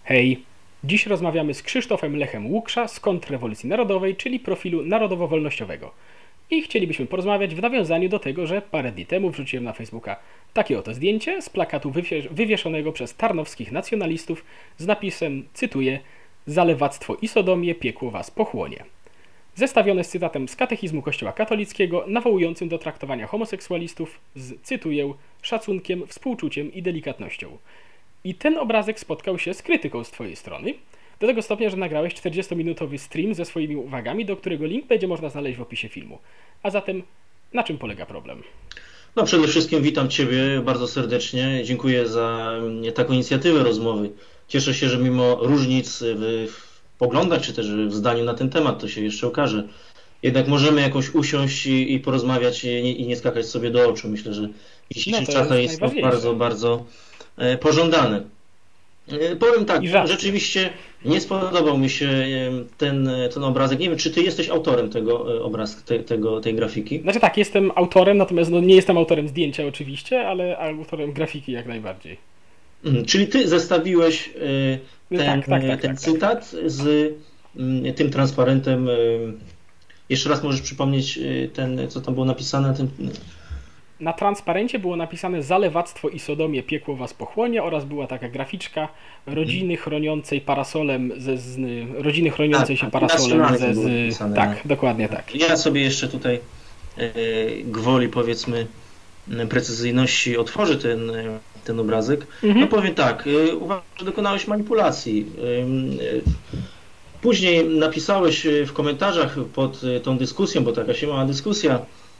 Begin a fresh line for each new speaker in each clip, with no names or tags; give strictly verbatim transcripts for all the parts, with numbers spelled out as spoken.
Hej! Dziś rozmawiamy z Krzysztofem Lechem Łuksza z Kontrrewolucji Narodowej, czyli profilu narodowo-wolnościowego. I chcielibyśmy porozmawiać w nawiązaniu do tego, że parę dni temu wrzuciłem na Facebooka takie oto zdjęcie z plakatu wywieszonego przez tarnowskich nacjonalistów z napisem, cytuję, zalewactwo i sodomię piekło was pochłonie. Zestawione z cytatem z katechizmu Kościoła katolickiego nawołującym do traktowania homoseksualistów z, cytuję, szacunkiem, współczuciem i delikatnością. I ten obrazek spotkał się z krytyką z twojej strony, do tego stopnia, że nagrałeś czterdziestominutowy stream ze swoimi uwagami, do którego link będzie można znaleźć w opisie filmu. A zatem, na czym polega problem?
No przede wszystkim witam Ciebie bardzo serdecznie. Dziękuję za taką inicjatywę rozmowy. Cieszę się, że mimo różnic w, w poglądach, czy też w zdaniu na ten temat, to się jeszcze okaże, jednak możemy jakoś usiąść i, i porozmawiać i nie, i nie skakać sobie do oczu. Myślę, że w dzisiejszych
no
czasach jest to bardzo, bardzo e, pożądane. E, powiem tak, rzeczywiście nie spodobał mi się ten, ten obrazek. Nie wiem, czy Ty jesteś autorem tego obrazka, te, tego, tej grafiki?
Znaczy tak, jestem autorem, natomiast no, nie jestem autorem zdjęcia oczywiście, ale autorem grafiki jak najbardziej.
Hmm, czyli Ty zestawiłeś ten,
tak, tak, tak,
ten
tak,
cytat tak. z tym transparentem. Jeszcze raz możesz przypomnieć ten, co tam było napisane na tym...
Na transparencie było napisane zalewactwo i sodomię piekło was pochłonie oraz była taka graficzka rodziny chroniącej parasolem ze z, rodziny chroniącej tak, się parasolem ze z, napisane, tak, no. Dokładnie tak.
Ja sobie jeszcze tutaj e, gwoli powiedzmy precyzyjności otworzę ten, ten obrazek. Mhm. No powiem tak, e, uważam, że dokonałeś manipulacji. E, później napisałeś w komentarzach pod tą dyskusją, bo taka się mała dyskusja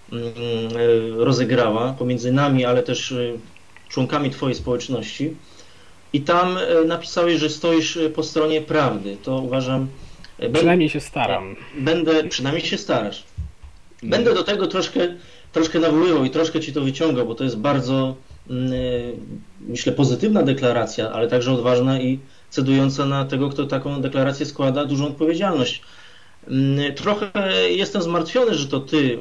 rozegrała pomiędzy nami, ale też członkami Twojej społeczności i tam napisałeś, że stoisz po stronie prawdy. To uważam...
Przynajmniej się staram.
Będę, przynajmniej się starasz. Będę do tego troszkę, troszkę nawoływał i troszkę Ci to wyciągał, bo to jest bardzo, myślę, pozytywna deklaracja, ale także odważna i cedująca na tego, kto taką deklarację składa, dużą odpowiedzialność. Trochę jestem zmartwiony, że to Ty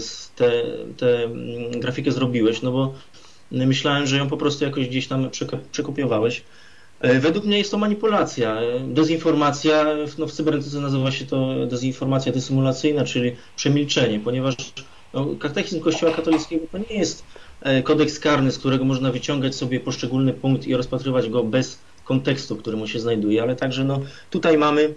tę grafikę zrobiłeś, no bo myślałem, że ją po prostu jakoś gdzieś tam przekopiowałeś. Według mnie jest to manipulacja, dezinformacja, no w cybernetyce nazywa się to dezinformacja dysymulacyjna, czyli przemilczenie, ponieważ no, katechizm Kościoła katolickiego to nie jest kodeks karny, z którego można wyciągać sobie poszczególny punkt i rozpatrywać go bez kontekstu, w którym on się znajduje, ale także no, tutaj mamy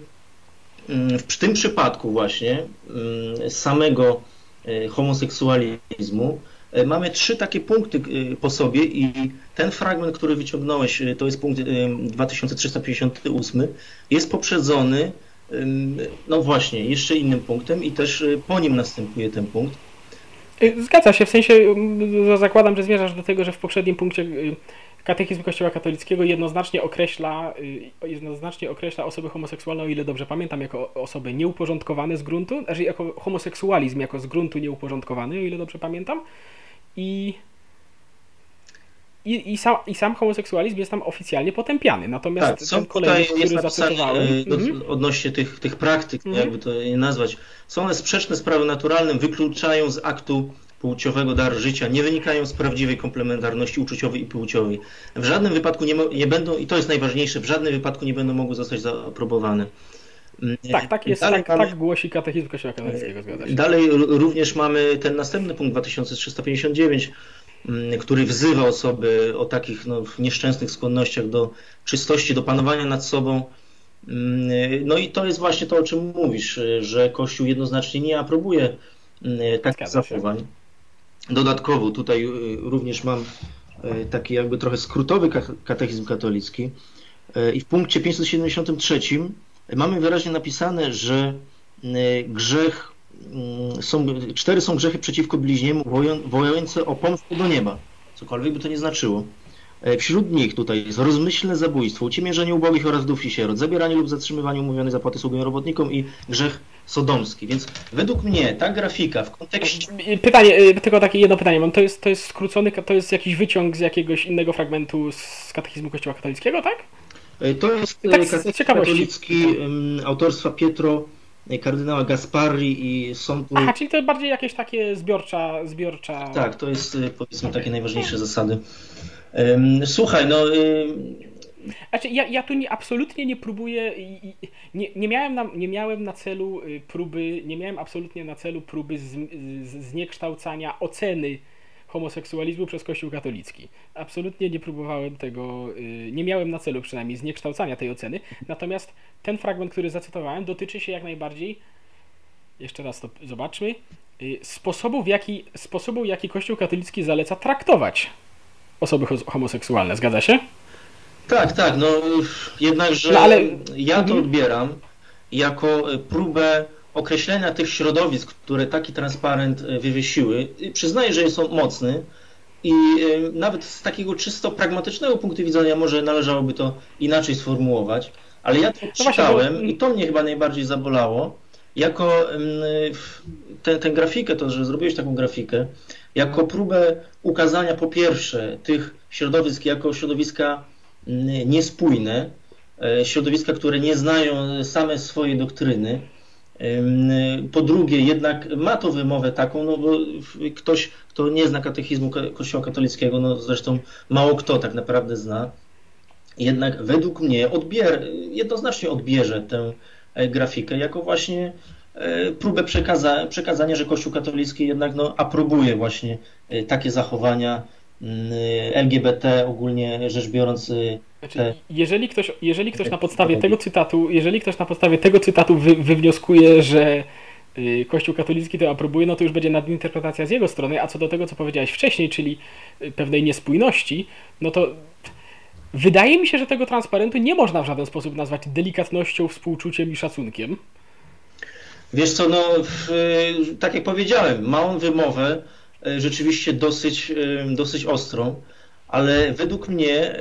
w tym przypadku właśnie samego homoseksualizmu mamy trzy takie punkty po sobie i ten fragment, który wyciągnąłeś, to jest punkt dwa tysiące trzysta pięćdziesiąty ósmy, jest poprzedzony no właśnie jeszcze innym punktem i też po nim następuje ten punkt.
Zgadza się, w sensie zakładam, że zmierzasz do tego, że w poprzednim punkcie katechizm Kościoła katolickiego jednoznacznie określa, jednoznacznie określa osobę homoseksualną, o ile dobrze pamiętam, jako osoby nieuporządkowane z gruntu, znaczy jako homoseksualizm jako z gruntu nieuporządkowany, o ile dobrze pamiętam. I, i, i, sam, i sam homoseksualizm jest tam oficjalnie potępiany. Natomiast
tak,
ten kolejny, który zacytowałem...
Do, odnośnie tych, tych praktyk, mm-hmm. jakby to je nazwać, są one sprzeczne z prawem naturalnym, wykluczają z aktu płciowego dar życia, nie wynikają z prawdziwej komplementarności uczuciowej i płciowej. W żadnym wypadku nie, nie będą, i to jest najważniejsze, w żadnym wypadku nie będą mogły zostać zaaprobowane.
Tak, tak jest, tak, mamy, tak głosi katechizm Kościoła katolickiego, zgadza się.
Dalej również mamy ten następny punkt dwa tysiące trzysta pięćdziesiąt dziewięć, który wzywa osoby o takich no, nieszczęsnych skłonnościach do czystości, do panowania nad sobą. No i to jest właśnie to, o czym mówisz, że Kościół jednoznacznie nie aprobuje takich zachowań. Dodatkowo tutaj również mam taki jakby trochę skrótowy katechizm katolicki i w punkcie pięćset siedemdziesiątym trzecim mamy wyraźnie napisane, że grzech są, cztery są grzechy przeciwko bliźniemu wołające o pomstę do nieba, cokolwiek by to nie znaczyło. Wśród nich tutaj jest rozmyślne zabójstwo, uciemiężenie ubogich oraz wdów i sierot, zabieranie lub zatrzymywanie umówionej zapłaty sługom i robotnikom i grzech sodomski. Więc według mnie ta grafika w kontekście...
Pytanie, tylko takie jedno pytanie mam. To jest, to jest skrócony, to jest jakiś wyciąg z jakiegoś innego fragmentu z katechizmu Kościoła katolickiego, tak?
To jest
tak
katechizm katolicki autorstwa Pietro, kardynała Gasparri i są tu...
Aha, czyli to bardziej jakieś takie zbiorcza... zbiorcza...
Tak, to jest powiedzmy takie najważniejsze zasady. Słuchaj, no
Znaczy, ja, ja tu nie, absolutnie nie próbuję, i- i- nie, nie, miałem na, nie miałem na celu y, próby, nie miałem absolutnie na celu próby z, z, zniekształcania oceny homoseksualizmu przez Kościół katolicki. Absolutnie nie próbowałem tego, y, nie miałem na celu przynajmniej zniekształcania tej oceny, natomiast ten fragment, który zacytowałem, dotyczy się jak najbardziej, jeszcze raz to zobaczmy, y, sposobu, w jaki, sposobu, w jaki Kościół katolicki zaleca traktować osoby ho- homoseksualne. Zgadza się?
Tak, tak, no jednakże
No ale...
ja to
Mhm.
odbieram jako próbę określenia tych środowisk, które taki transparent wywiesiły. Przyznaję, że są mocny i y, nawet z takiego czysto pragmatycznego punktu widzenia może należałoby to inaczej sformułować, ale ja to
No właśnie, bo-
czytałem i to mnie chyba najbardziej zabolało, jako ym, w- tę tę grafikę, to, że zrobiłeś taką grafikę, jako próbę ukazania po pierwsze tych środowisk jako środowiska mm, niespójne, e, środowiska, które nie znają same swojej doktryny. Ym, Po drugie, jednak ma to wymowę taką, no bo w- ktoś, kto nie zna katechizmu Ko- Kościoła katolickiego, no zresztą mało kto tak naprawdę zna, jednak według mnie odbier, jednoznacznie odbierze tę e, grafikę jako właśnie e, próbę przekaza, przekazania, że Kościół katolicki jednak no, aprobuje właśnie e, takie zachowania mm, L G B T, ogólnie rzecz biorąc. e,
Znaczy,
te-
jeżeli ktoś, jeżeli ktoś na podstawie tego cytatu, jeżeli ktoś na podstawie tego cytatu wy, wywnioskuje, że y, Kościół katolicki to aprobuje, no to już będzie nadinterpretacja z jego strony, a co do tego, co powiedziałeś wcześniej, czyli y, pewnej niespójności, no to wydaje mi się, że tego transparentu nie można w żaden sposób nazwać delikatnością, współczuciem i szacunkiem.
Wiesz co, no w, e, tak jak powiedziałem, ma on wymowę e, rzeczywiście dosyć, e, dosyć ostrą, ale według mnie e,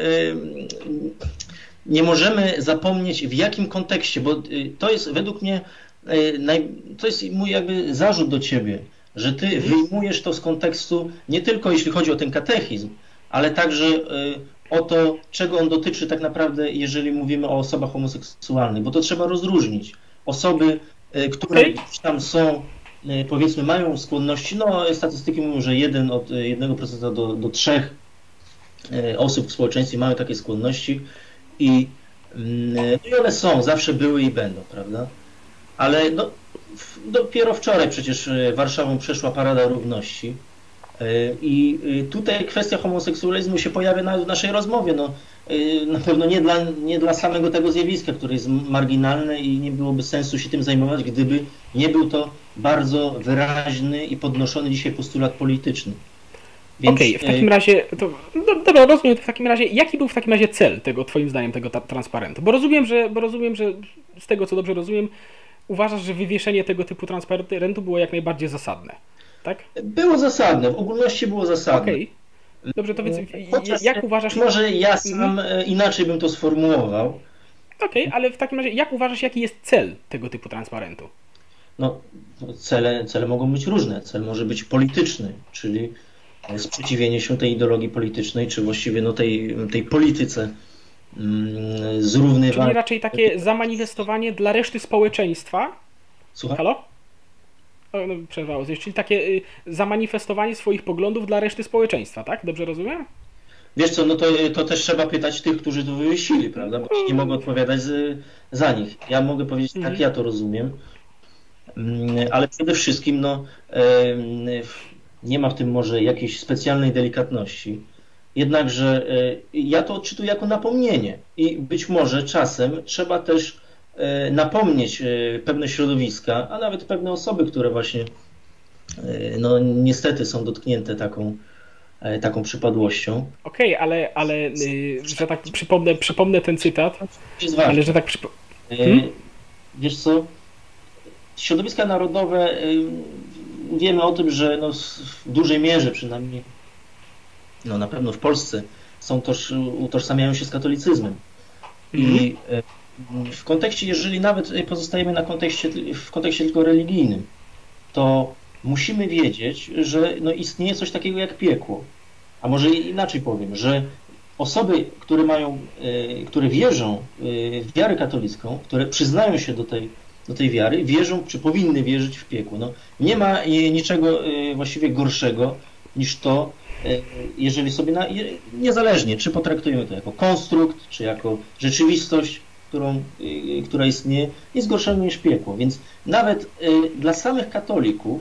nie możemy zapomnieć w jakim kontekście, bo e, to jest według mnie, e, naj, to jest mój jakby zarzut do ciebie, że ty wyjmujesz to z kontekstu nie tylko jeśli chodzi o ten katechizm, ale także e, o to, czego on dotyczy tak naprawdę, jeżeli mówimy o osobach homoseksualnych, bo to trzeba rozróżnić. Osoby, e, które
Okej.
gdzieś tam są, e, powiedzmy, mają skłonności, no statystyki mówią, że jeden od e, jednego procenta do, do trzech e, osób w społeczeństwie mają takie skłonności i, mm, no i one są, zawsze były i będą, prawda? Ale no, w, dopiero wczoraj przecież e, Warszawą przeszła Parada Równości. E, I e, tutaj kwestia homoseksualizmu się pojawia nawet w naszej rozmowie. No, e, na pewno nie dla, nie dla samego tego zjawiska, które jest marginalne i nie byłoby sensu się tym zajmować, gdyby nie był to bardzo wyraźny i podnoszony dzisiaj postulat polityczny. Więc,
Okej, w
e,
takim razie, to, no, dobra, rozumiem, to w takim razie, jaki był w takim razie cel tego, twoim zdaniem, tego ta, transparentu? Bo rozumiem, że, bo rozumiem, że z tego, co dobrze rozumiem, uważasz, że wywieszenie tego typu transparentu było jak najbardziej zasadne, tak?
Było zasadne, w ogólności było zasadne.
Okej. Dobrze, to więc
Chociaż
jak uważasz...
może ja sam e, inaczej bym to sformułował.
Okej, ale w takim razie, jak uważasz, jaki jest cel tego typu transparentu?
No, cele, cele mogą być różne. Cel może być polityczny, czyli sprzeciwienie się tej ideologii politycznej, czy właściwie no, tej, tej polityce mm,
Czyli
zrównywania.
raczej takie zamanifestowanie dla reszty społeczeństwa.
Słucham?
Halo? O, no, przerwało coś. Czyli takie y, zamanifestowanie swoich poglądów dla reszty społeczeństwa, tak? Dobrze rozumiem?
Wiesz co, no to, to też trzeba pytać tych, którzy to wywiesili, prawda? Bo ja nie mogę odpowiadać z, za nich. Ja mogę powiedzieć,
Mhm.
tak ja to rozumiem, Mm, ale przede wszystkim no, em, nie ma w tym może jakiejś specjalnej delikatności. Jednakże e, ja to odczytuję jako napomnienie i być może czasem trzeba też e, napomnieć e, pewne środowiska, a nawet pewne osoby, które właśnie e, no niestety są dotknięte taką, e, taką przypadłością.
Okej, ale, ale y, że tak przypomnę, przypomnę ten cytat,
To jest ważne.
ale że tak przypo...
E,
Hmm?
Wiesz co, środowiska narodowe, e, wiemy o tym, że no w dużej mierze przynajmniej, no na pewno w Polsce są toż, utożsamiają się z katolicyzmem. I e, w kontekście, jeżeli nawet pozostajemy na kontekście, w kontekście tylko religijnym, to musimy wiedzieć, że no istnieje coś takiego jak piekło. A może inaczej powiem, że osoby, które mają, e, które wierzą e, w wiarę katolicką, które przyznają się do tej, do tej wiary, wierzą, czy powinny wierzyć w piekło. No, nie ma e, niczego e, właściwie gorszego niż to, jeżeli sobie, na, niezależnie, czy potraktujemy to jako konstrukt, czy jako rzeczywistość, którą, która istnieje, jest gorsza niż piekło. Więc nawet dla samych katolików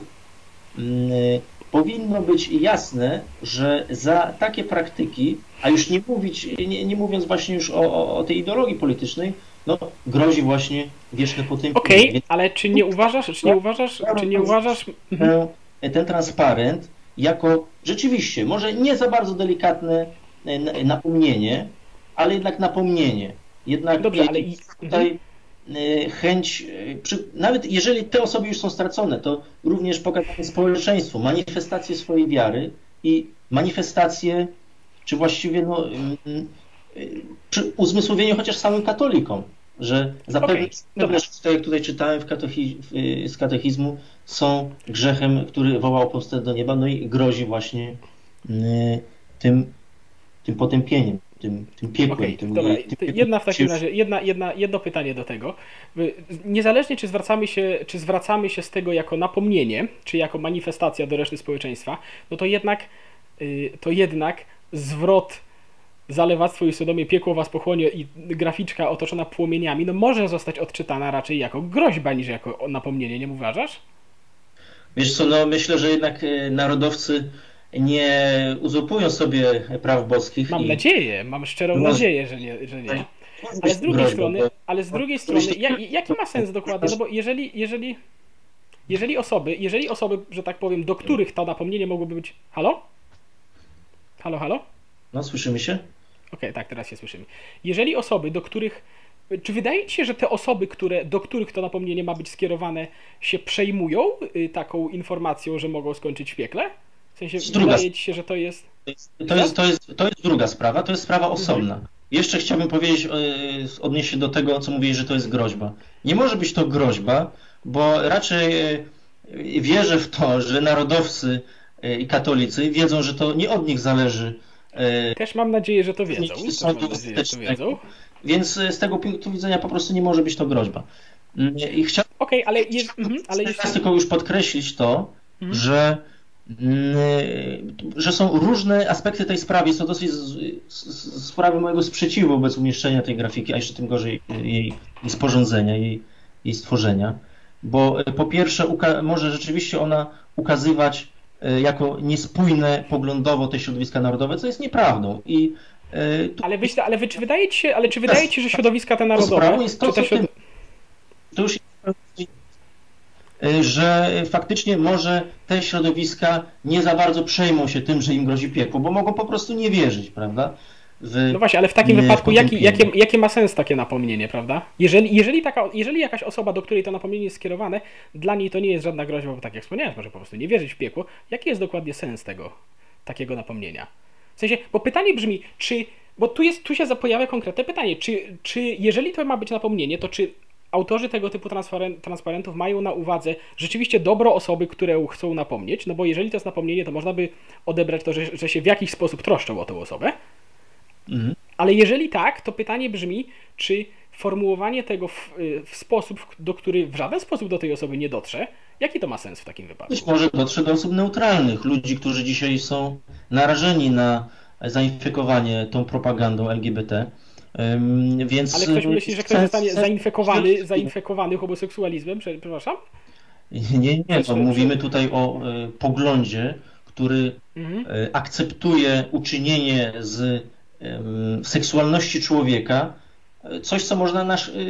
powinno być jasne, że za takie praktyki, a już nie mówić, nie, nie mówiąc właśnie już o, o tej ideologii politycznej, no grozi właśnie wieczne potępienie.
Okej, okay, ale czy nie uważasz, czy nie uważasz, czy nie uważasz...
Ten, ten transparent jako rzeczywiście, może nie za bardzo delikatne napomnienie, ale jednak napomnienie. Jednak
Dobrze, ale
tutaj chęć, nawet jeżeli te osoby już są stracone, to również pokazanie społeczeństwu, manifestację swojej wiary i manifestację, czy właściwie no, uzmysłowienie chociaż samym katolikom, że zapewne okay, rzeczy, jak tutaj czytałem w katechi, z katechizmu, są grzechem, który wołał pomstę do nieba, no i grozi właśnie tym, tym potępieniem. Tym, tym piekłem.
Okay,
tym,
dobra,
tym piekłem.
Jedna w takim razie, jedna, jedna, jedno pytanie do tego. Niezależnie czy zwracamy, się, czy zwracamy się z tego jako napomnienie, czy jako manifestacja do reszty społeczeństwa, no to jednak, to jednak zwrot zalewactwo i Sodomie piekło was pochłonie i graficzka otoczona płomieniami, no może zostać odczytana raczej jako groźba niż jako napomnienie, nie uważasz?
Wiesz co, no myślę, że jednak narodowcy nie uzurpują sobie praw boskich.
Mam
i...
nadzieję, mam szczerą no, nadzieję, że nie. Że nie. Ale z drugiej strony, ale z drugiej strony, jak, jaki ma sens dokładnie? No bo jeżeli, jeżeli, jeżeli osoby, jeżeli osoby, że tak powiem, do których to napomnienie mogłoby być... Halo? Halo, halo?
No, słyszymy się?
Okej, okay, tak, teraz się słyszymy. Jeżeli osoby, do których... Czy wydaje ci się, że te osoby, które, do których to napomnienie ma być skierowane, się przejmują y, taką informacją, że mogą skończyć w piekle? W sensie wydaje ci się, że to jest...
To jest, to jest, to jest druga sprawa, to jest sprawa osobna. Mhm. Jeszcze chciałbym powiedzieć, odnieść się do tego, co mówiłeś, że to jest groźba. Nie może być to groźba, bo raczej wierzę w to, że narodowcy i katolicy wiedzą, że to nie od nich zależy.
Też mam nadzieję, że to wiedzą. Też mam nadzieję, że to wiedzą.
Więc z tego punktu widzenia po prostu nie może być to groźba. I chciałbym
okay, ale, je, mm, ale jeśli...
tylko już podkreślić to, mhm. że że są różne aspekty tej sprawy. Jest to dosyć sprawy mojego sprzeciwu wobec umieszczenia tej grafiki, a jeszcze tym gorzej jej, jej sporządzenia, jej, jej stworzenia. Bo po pierwsze może rzeczywiście ona ukazywać jako niespójne poglądowo te środowiska narodowe, co jest nieprawdą. I tu...
ale, wyś, ale czy wydaje ci się, ale czy wydaje ci się, że środowiska te narodowe...
Jest to, czy te środ... to już że faktycznie może te środowiska nie za bardzo przejmą się tym, że im grozi piekło, bo mogą po prostu nie wierzyć, prawda? W,
no właśnie, ale w takim wypadku jaki, jakie, jakie ma sens takie napomnienie, prawda? Jeżeli, jeżeli, taka, jeżeli jakaś osoba, do której to napomnienie jest skierowane, dla niej to nie jest żadna groźba, bo tak jak wspomniałeś, może po prostu nie wierzyć w piekło, jaki jest dokładnie sens tego, takiego napomnienia? W sensie, bo pytanie brzmi, czy, bo tu, jest, tu się pojawia konkretne pytanie, czy, czy jeżeli to ma być napomnienie, to czy autorzy tego typu transparentów mają na uwadze rzeczywiście dobro osoby, które chcą napomnieć, no bo jeżeli to jest napomnienie, to można by odebrać to, że, że się w jakiś sposób troszczą o tę osobę. Mhm. Ale jeżeli tak, to pytanie brzmi, czy formułowanie tego w, w sposób, do który w żaden sposób do tej osoby nie dotrze, jaki to ma sens w takim wypadku?
Być może dotrze do osób neutralnych, ludzi, którzy dzisiaj są narażeni na zainfekowanie tą propagandą L G B T. Um, więc
ale ktoś myśli, że ktoś zostanie zainfekowany, zainfekowany homoseksualizmem? Przepraszam?
Nie, nie, no, mówimy tutaj o e, poglądzie, który mhm. e, akceptuje uczynienie z e, seksualności człowieka coś, co można nasz, e,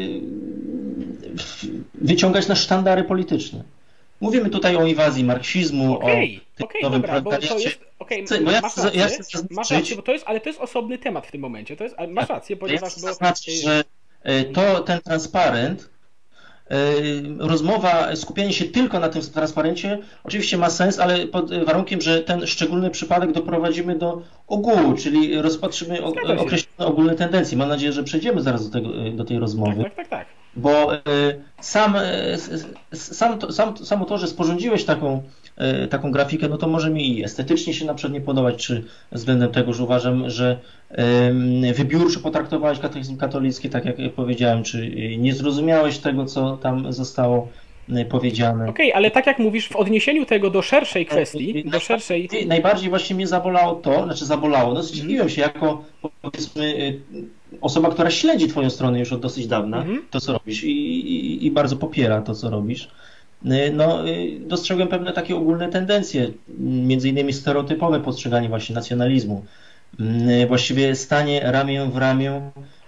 wyciągać na sztandary polityczne. Mówimy tutaj o inwazji marksizmu,
okay,
o
okay, nowym dobra, bo to jest, okay, bo ja masz rację, ja masz rację, bo to jest, ale to jest osobny temat w tym momencie. To jest, masz rację, ponieważ...
Ja znaczy, że to, ten transparent, rozmowa, skupianie się tylko na tym transparencie oczywiście ma sens, ale pod warunkiem, że ten szczególny przypadek doprowadzimy do ogółu, czyli rozpatrzymy określone ogólne tendencje. Mam nadzieję, że przejdziemy zaraz do, tego, do tej rozmowy.
Tak, tak, tak. tak.
Bo sam, sam, to, sam, samo to, że sporządziłeś taką, taką grafikę, no to może mi i estetycznie się na przykład nie podobać, czy względem tego, że uważam, że wybiórczo potraktowałeś katechizm katolicki, tak jak powiedziałem, czy nie zrozumiałeś tego, co tam zostało powiedziane.
Okej, okay, ale tak jak mówisz, w odniesieniu tego do szerszej kwestii, do szerszej...
Najbardziej właśnie mnie zabolało to, znaczy zabolało, no zdziwiłem mm. się jako, powiedzmy, osoba, która śledzi twoją stronę już od dosyć dawna, mm. to co robisz i, i, i bardzo popiera to, co robisz. No, dostrzegłem pewne takie ogólne tendencje, między innymi stereotypowe postrzeganie właśnie nacjonalizmu. Właściwie stanie ramię w ramię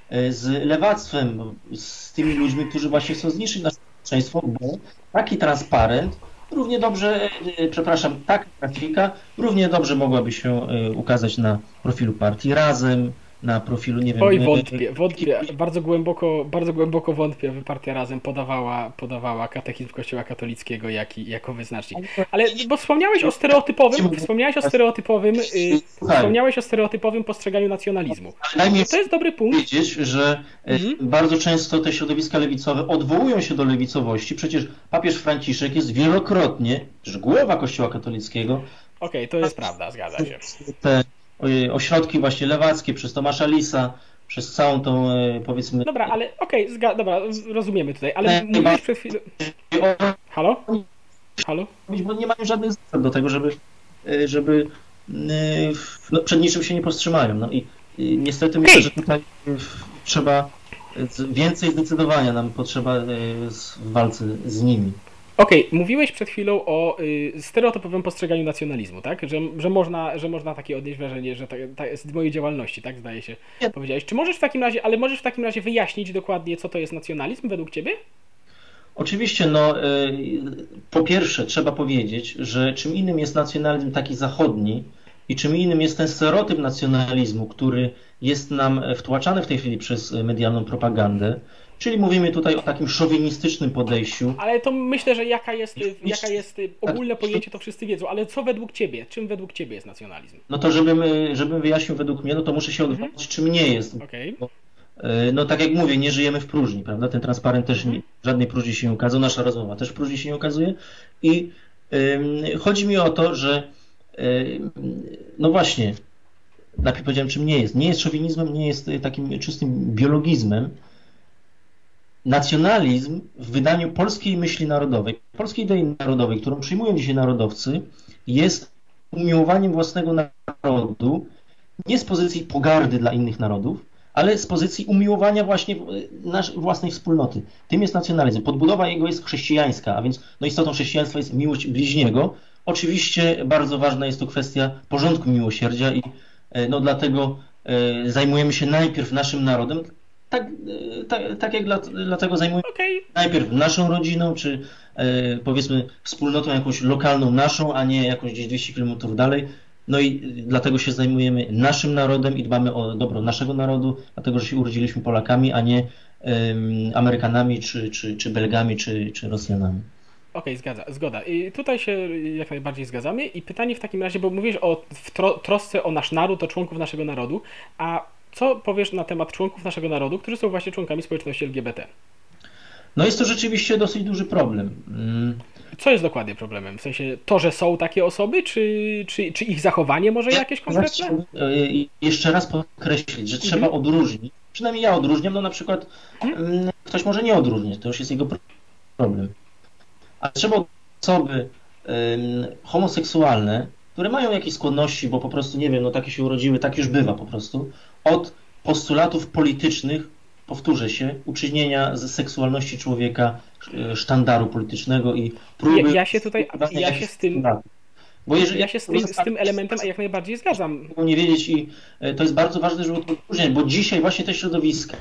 z lewactwem, z tymi ludźmi, którzy właśnie chcą zniszczyć nasze społeczeństwo, bo taki transparent równie dobrze, przepraszam, taka grafika równie dobrze mogłaby się ukazać na profilu partii Razem, na profilu, nie wiem...
Oj, wątpię, wątpię, bardzo głęboko, bardzo głęboko wątpię, aby Partia Razem podawała, podawała katechizm Kościoła katolickiego jak, jako wyznacznik. Ale, bo wspomniałeś o stereotypowym, wspomniałeś o stereotypowym, yy, wspomniałeś o stereotypowym postrzeganiu nacjonalizmu. To jest dobry punkt.
Powiedzieć, że mhm. bardzo często te środowiska lewicowe odwołują się do lewicowości, przecież papież Franciszek jest wielokrotnie, że głowa Kościoła katolickiego...
Okej, okay, to jest prawda, zgadza się.
Te ośrodki właśnie lewackie, przez Tomasza Lisa, przez całą tą, powiedzmy...
Dobra, ale okej, okay, dobra, rozumiemy tutaj, ale nie, mówiłeś przed chwilą... Halo? Halo?
Bo nie mają żadnych zasad do tego, żeby, żeby no, przed niczym się nie powstrzymają. No i, i niestety myślę, że tutaj trzeba więcej zdecydowania nam potrzeba w walce z nimi.
Okej, okay, mówiłeś przed chwilą o y, stereotypowym postrzeganiu nacjonalizmu, tak? Że, że, można, że można takie odnieść wrażenie, że to jest z mojej działalności, tak? Zdaje się, Nie. powiedziałeś. Czy możesz w takim razie, ale możesz w takim razie wyjaśnić dokładnie, co to jest nacjonalizm według Ciebie?
Oczywiście, no y, po pierwsze trzeba powiedzieć, że czym innym jest nacjonalizm taki zachodni i czym innym jest ten stereotyp nacjonalizmu, który jest nam wtłaczany w tej chwili przez medialną propagandę. Czyli mówimy tutaj o takim szowinistycznym podejściu.
Ale to myślę, że jaka jest, jaka jest ogólne pojęcie, to wszyscy wiedzą, ale co według Ciebie? Czym według Ciebie jest nacjonalizm?
No to żebym, żebym wyjaśnił według mnie, no to muszę się odwołać, mhm. czym nie jest.
Okay.
Bo, no tak jak mówię, nie żyjemy w próżni, prawda? Ten transparent też mhm. nie, żadnej próżni się nie ukazał, nasza rozmowa też w próżni się nie ukazuje. I y, chodzi mi o to, że y, no właśnie, najpierw powiedziałem, czym nie jest. Nie jest szowinizmem, nie jest takim czystym biologizmem. Nacjonalizm w wydaniu polskiej myśli narodowej, polskiej idei narodowej, którą przyjmują dzisiaj narodowcy, jest umiłowaniem własnego narodu nie z pozycji pogardy dla innych narodów, ale z pozycji umiłowania właśnie naszej własnej wspólnoty. Tym jest nacjonalizm. Podbudowa jego jest chrześcijańska, a więc no istotą chrześcijaństwa jest miłość bliźniego. Oczywiście bardzo ważna jest tu kwestia porządku miłosierdzia i no dlatego zajmujemy się najpierw naszym narodem, Tak, tak, tak jak dla, dlatego zajmujemy
okay.
najpierw naszą rodziną, czy e, powiedzmy wspólnotą jakąś lokalną naszą, a nie jakąś gdzieś dwieście kilometrów dalej. No i dlatego się zajmujemy naszym narodem i dbamy o dobro naszego narodu, dlatego że się urodziliśmy Polakami, a nie e, Amerykanami, czy, czy, czy Belgami, czy, czy Rosjanami.
Okej, okay, zgoda. I tutaj się jak najbardziej zgadzamy. I pytanie w takim razie, bo mówisz o w tro, trosce o nasz naród, o członków naszego narodu, a co powiesz na temat członków naszego narodu, którzy są właśnie członkami społeczności L G B T?
No jest to rzeczywiście dosyć duży problem.
Co jest dokładnie problemem? W sensie to, że są takie osoby, czy, czy, czy ich zachowanie może jakieś konkretne?
Jeszcze raz podkreślić, że trzeba mhm. odróżnić. Przynajmniej ja odróżniam, no na przykład mhm. ktoś może nie odróżniać, to już jest jego problem. A trzeba osoby um, homoseksualne, które mają jakieś skłonności, bo po prostu, nie wiem, no takie się urodziły, tak już bywa po prostu, od postulatów politycznych, powtórzę się, uczynienia z seksualności człowieka sztandaru politycznego i próby...
Ja, ja się tutaj, ja się z tym... Bo jeżeli, ja się z tym, z tym elementem jak najbardziej zgadzam.
Nie wiedzieć i to jest bardzo ważne, żeby to odróżniać, bo dzisiaj właśnie te środowiska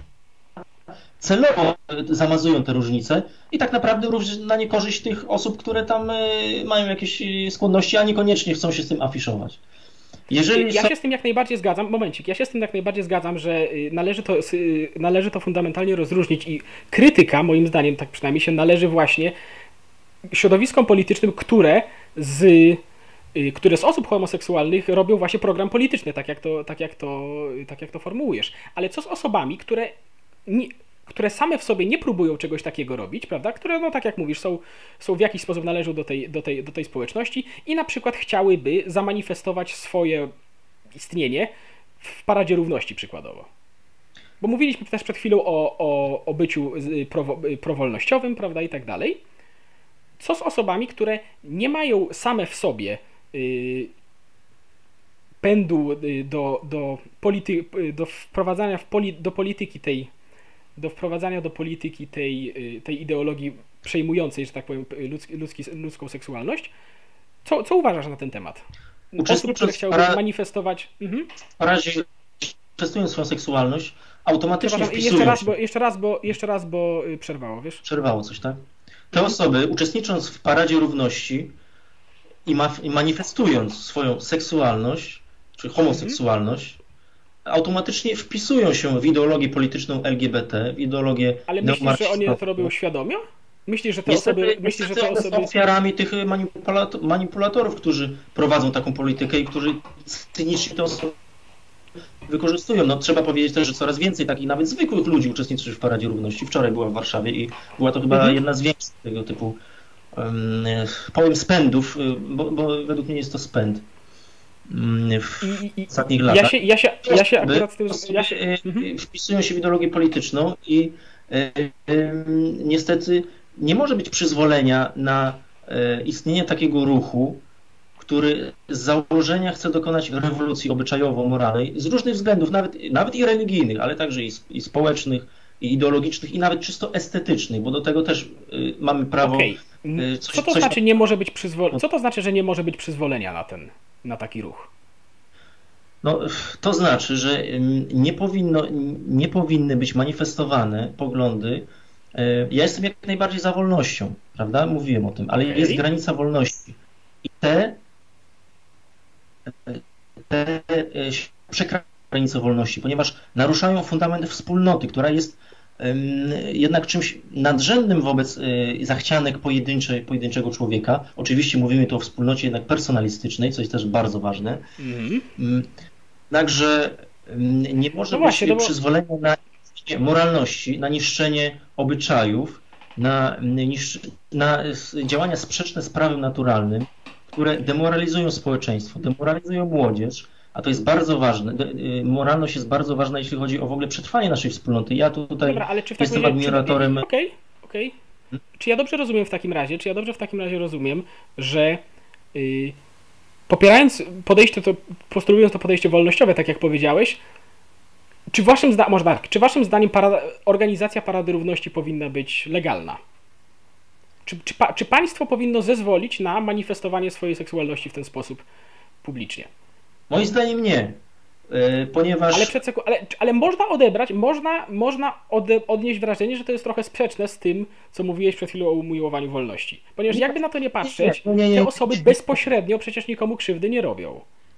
celowo zamazują te różnice i tak naprawdę również na niekorzyść tych osób, które tam mają jakieś skłonności, a niekoniecznie chcą się z tym afiszować.
Jeżeli ja się z tym jak najbardziej zgadzam, momencik, ja się z tym jak najbardziej zgadzam, że należy to, należy to fundamentalnie rozróżnić i krytyka, moim zdaniem, tak przynajmniej się należy właśnie środowiskom politycznym, które z, które z osób homoseksualnych robią właśnie program polityczny, tak jak to, tak jak to, tak jak to formułujesz. Ale co z osobami, które nie, które same w sobie nie próbują czegoś takiego robić, prawda? Które, no tak jak mówisz, są, są w jakiś sposób należą do tej, do, tej, do tej społeczności i na przykład chciałyby zamanifestować swoje istnienie w Paradzie Równości przykładowo. Bo mówiliśmy też przed chwilą o, o, o byciu pro, prowolnościowym, prawda, i tak dalej. co z osobami, które nie mają same w sobie y, pędu y, do, do, polity, y, do wprowadzania w poli, do polityki tej, do wprowadzania do polityki tej, y, tej ideologii przejmującej, że tak powiem, ludzki, ludzki, ludzką seksualność. Co, co uważasz na ten temat? Osób, które chciałyby para... manifestować... Mhm.
W razie manifestując swoją seksualność, automatycznie wpisują
jeszcze raz,
się.
bo, jeszcze raz, bo jeszcze raz, bo przerwało, wiesz?
Przerwało coś, tak? Te osoby, uczestnicząc w Paradzie Równości i, ma, i manifestując swoją seksualność, czy homoseksualność, mhm. automatycznie wpisują się w ideologię polityczną L G B T, w ideologię...
Ale myślisz, że oni to robią świadomie? Myślisz, że te
niestety,
osoby... Myślisz, że te
one
osoby...
są ofiarami tych manipulator, manipulatorów, którzy prowadzą taką politykę i którzy cynicznie te osoby wykorzystują. No, trzeba powiedzieć też, że coraz więcej takich nawet zwykłych ludzi uczestniczy w Paradzie Równości. Wczoraj była w Warszawie i była to chyba mhm. jedna z większych tego typu um, powiem spędów, bo, bo według mnie jest to spęd w
I, i,
ostatnich latach.
Ja się, ja się, ja się akurat z tym... Ja się,
mhm. wpisują się w ideologię polityczną i y, y, niestety nie może być przyzwolenia na y, istnienie takiego ruchu, który z założenia chce dokonać rewolucji obyczajowo-moralnej z różnych względów, nawet, nawet i religijnych, ale także i, i społecznych, i ideologicznych, i nawet czysto estetycznych, bo do tego też y, mamy prawo...
Okay.
Y, coś,
Co to
coś...
znaczy nie może być przyzwolenia? Co to znaczy, że nie może być przyzwolenia na ten, na taki ruch?
No, to znaczy, że nie, powinno, nie powinny być manifestowane poglądy. Ja jestem jak najbardziej za wolnością, prawda? Mówiłem o tym, ale okay. jest granica wolności. I te, te przekraczają granicę wolności, ponieważ naruszają fundament wspólnoty, która jest jednak czymś nadrzędnym wobec zachcianek pojedyncze, pojedynczego człowieka. Oczywiście mówimy tu o wspólnocie jednak personalistycznej, co jest też bardzo ważne. Mm-hmm. Także nie może no właśnie, być bo... przyzwolenia na niszczenie moralności, na niszczenie obyczajów, na, niszcz... na działania sprzeczne z prawem naturalnym, które demoralizują społeczeństwo, demoralizują młodzież, a to jest bardzo ważne. Moralność jest bardzo ważna, jeśli chodzi o w ogóle przetrwanie naszej wspólnoty. Ja tu tutaj
Dobra, ale czy w
jestem
takim
admiratorem...
Okej, okej. Okay, okay. Czy ja dobrze rozumiem w takim razie, czy ja dobrze w takim razie rozumiem, że yy, popierając podejście, to postulując to podejście wolnościowe, tak jak powiedziałeś, czy waszym, zda- może tak, czy waszym zdaniem para- organizacja Parady Równości powinna być legalna? Czy, czy, pa- czy państwo powinno zezwolić na manifestowanie swojej seksualności w ten sposób publicznie?
Moim zdaniem nie, yy, ponieważ...
Ale, przed seku- ale, ale można odebrać, można, można ode- odnieść wrażenie, że to jest trochę sprzeczne z tym, co mówiłeś przed chwilą o umiłowaniu wolności. Ponieważ jakby na to nie patrzeć, nie, nie, nie, te osoby bezpośrednio przecież nikomu krzywdy nie robią.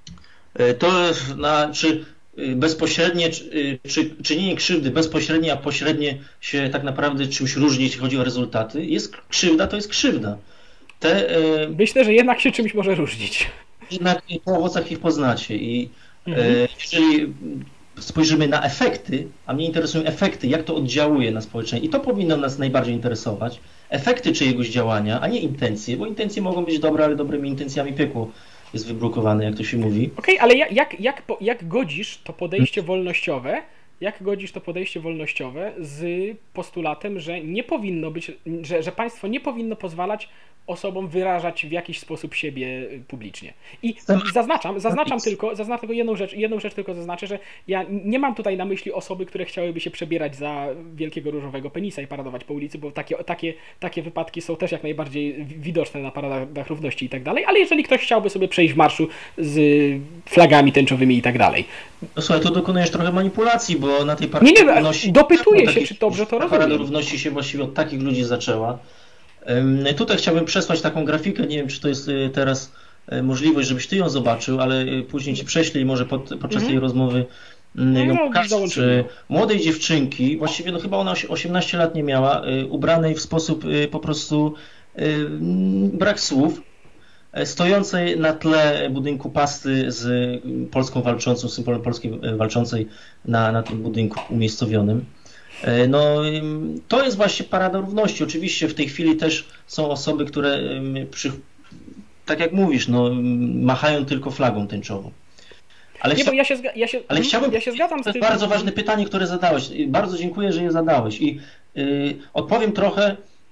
To znaczy bezpośrednie, czy, czy czynienie krzywdy bezpośrednie, a pośrednie się tak naprawdę czymś różni, jeśli chodzi o rezultaty. Jest krzywda, to jest krzywda. Te,
Myślę, że jednak się czymś może różnić.
Jednak po owocach ich poznacie i
mhm.
e, jeżeli spojrzymy na efekty, a mnie interesują efekty, jak to oddziałuje na społeczeństwo i to powinno nas najbardziej interesować, efekty czyjegoś działania, a nie intencje, bo intencje mogą być dobre, ale dobrymi intencjami piekło jest wybrukowane, jak to się mówi.
Okej, okay, ale jak, jak, jak, jak godzisz to podejście wolnościowe, jak godzisz to podejście wolnościowe z postulatem, że nie powinno być, że, że państwo nie powinno pozwalać osobom wyrażać w jakiś sposób siebie publicznie. I, i zaznaczam, zaznaczam tylko, zaznaczam tylko jedną rzecz, jedną rzecz tylko zaznaczę, że ja nie mam tutaj na myśli osoby, które chciałyby się przebierać za wielkiego różowego penisa i paradować po ulicy, bo takie, takie, takie wypadki są też jak najbardziej widoczne na paradach równości i tak dalej, ale jeżeli ktoś chciałby sobie przejść w marszu z flagami tęczowymi i tak dalej.
No słuchaj, to dokonujesz trochę manipulacji, bo na tej Paradzie
nie, nie,
Równości...
dopytuję się, czy dobrze to rozumiem.
Parada Równości się właściwie od takich ludzi zaczęła. Tutaj chciałbym przesłać taką grafikę, nie wiem, czy to jest teraz możliwość, żebyś ty ją zobaczył, ale później ci prześlę i może pod, podczas mm-hmm. tej rozmowy ją no, pokażę. Młodej dziewczynki, właściwie no chyba ona osiemnaście lat nie miała, ubranej w sposób po prostu brak słów, stojącej na tle budynku pasty z Polską walczącą, symbolem Polski walczącej na, na tym budynku umiejscowionym. No, to jest właśnie Parada Równości. Oczywiście w tej chwili też są osoby, które przy, tak jak mówisz, no, machają tylko flagą tęczową. Ale,
nie,
chcia...
bo ja się, zga... ja się...
Ale chciałbym...
ja się zgadzam z
to
tym.
jest bardzo ważne pytanie, które zadałeś. Bardzo dziękuję, że je zadałeś i yy, odpowiem trochę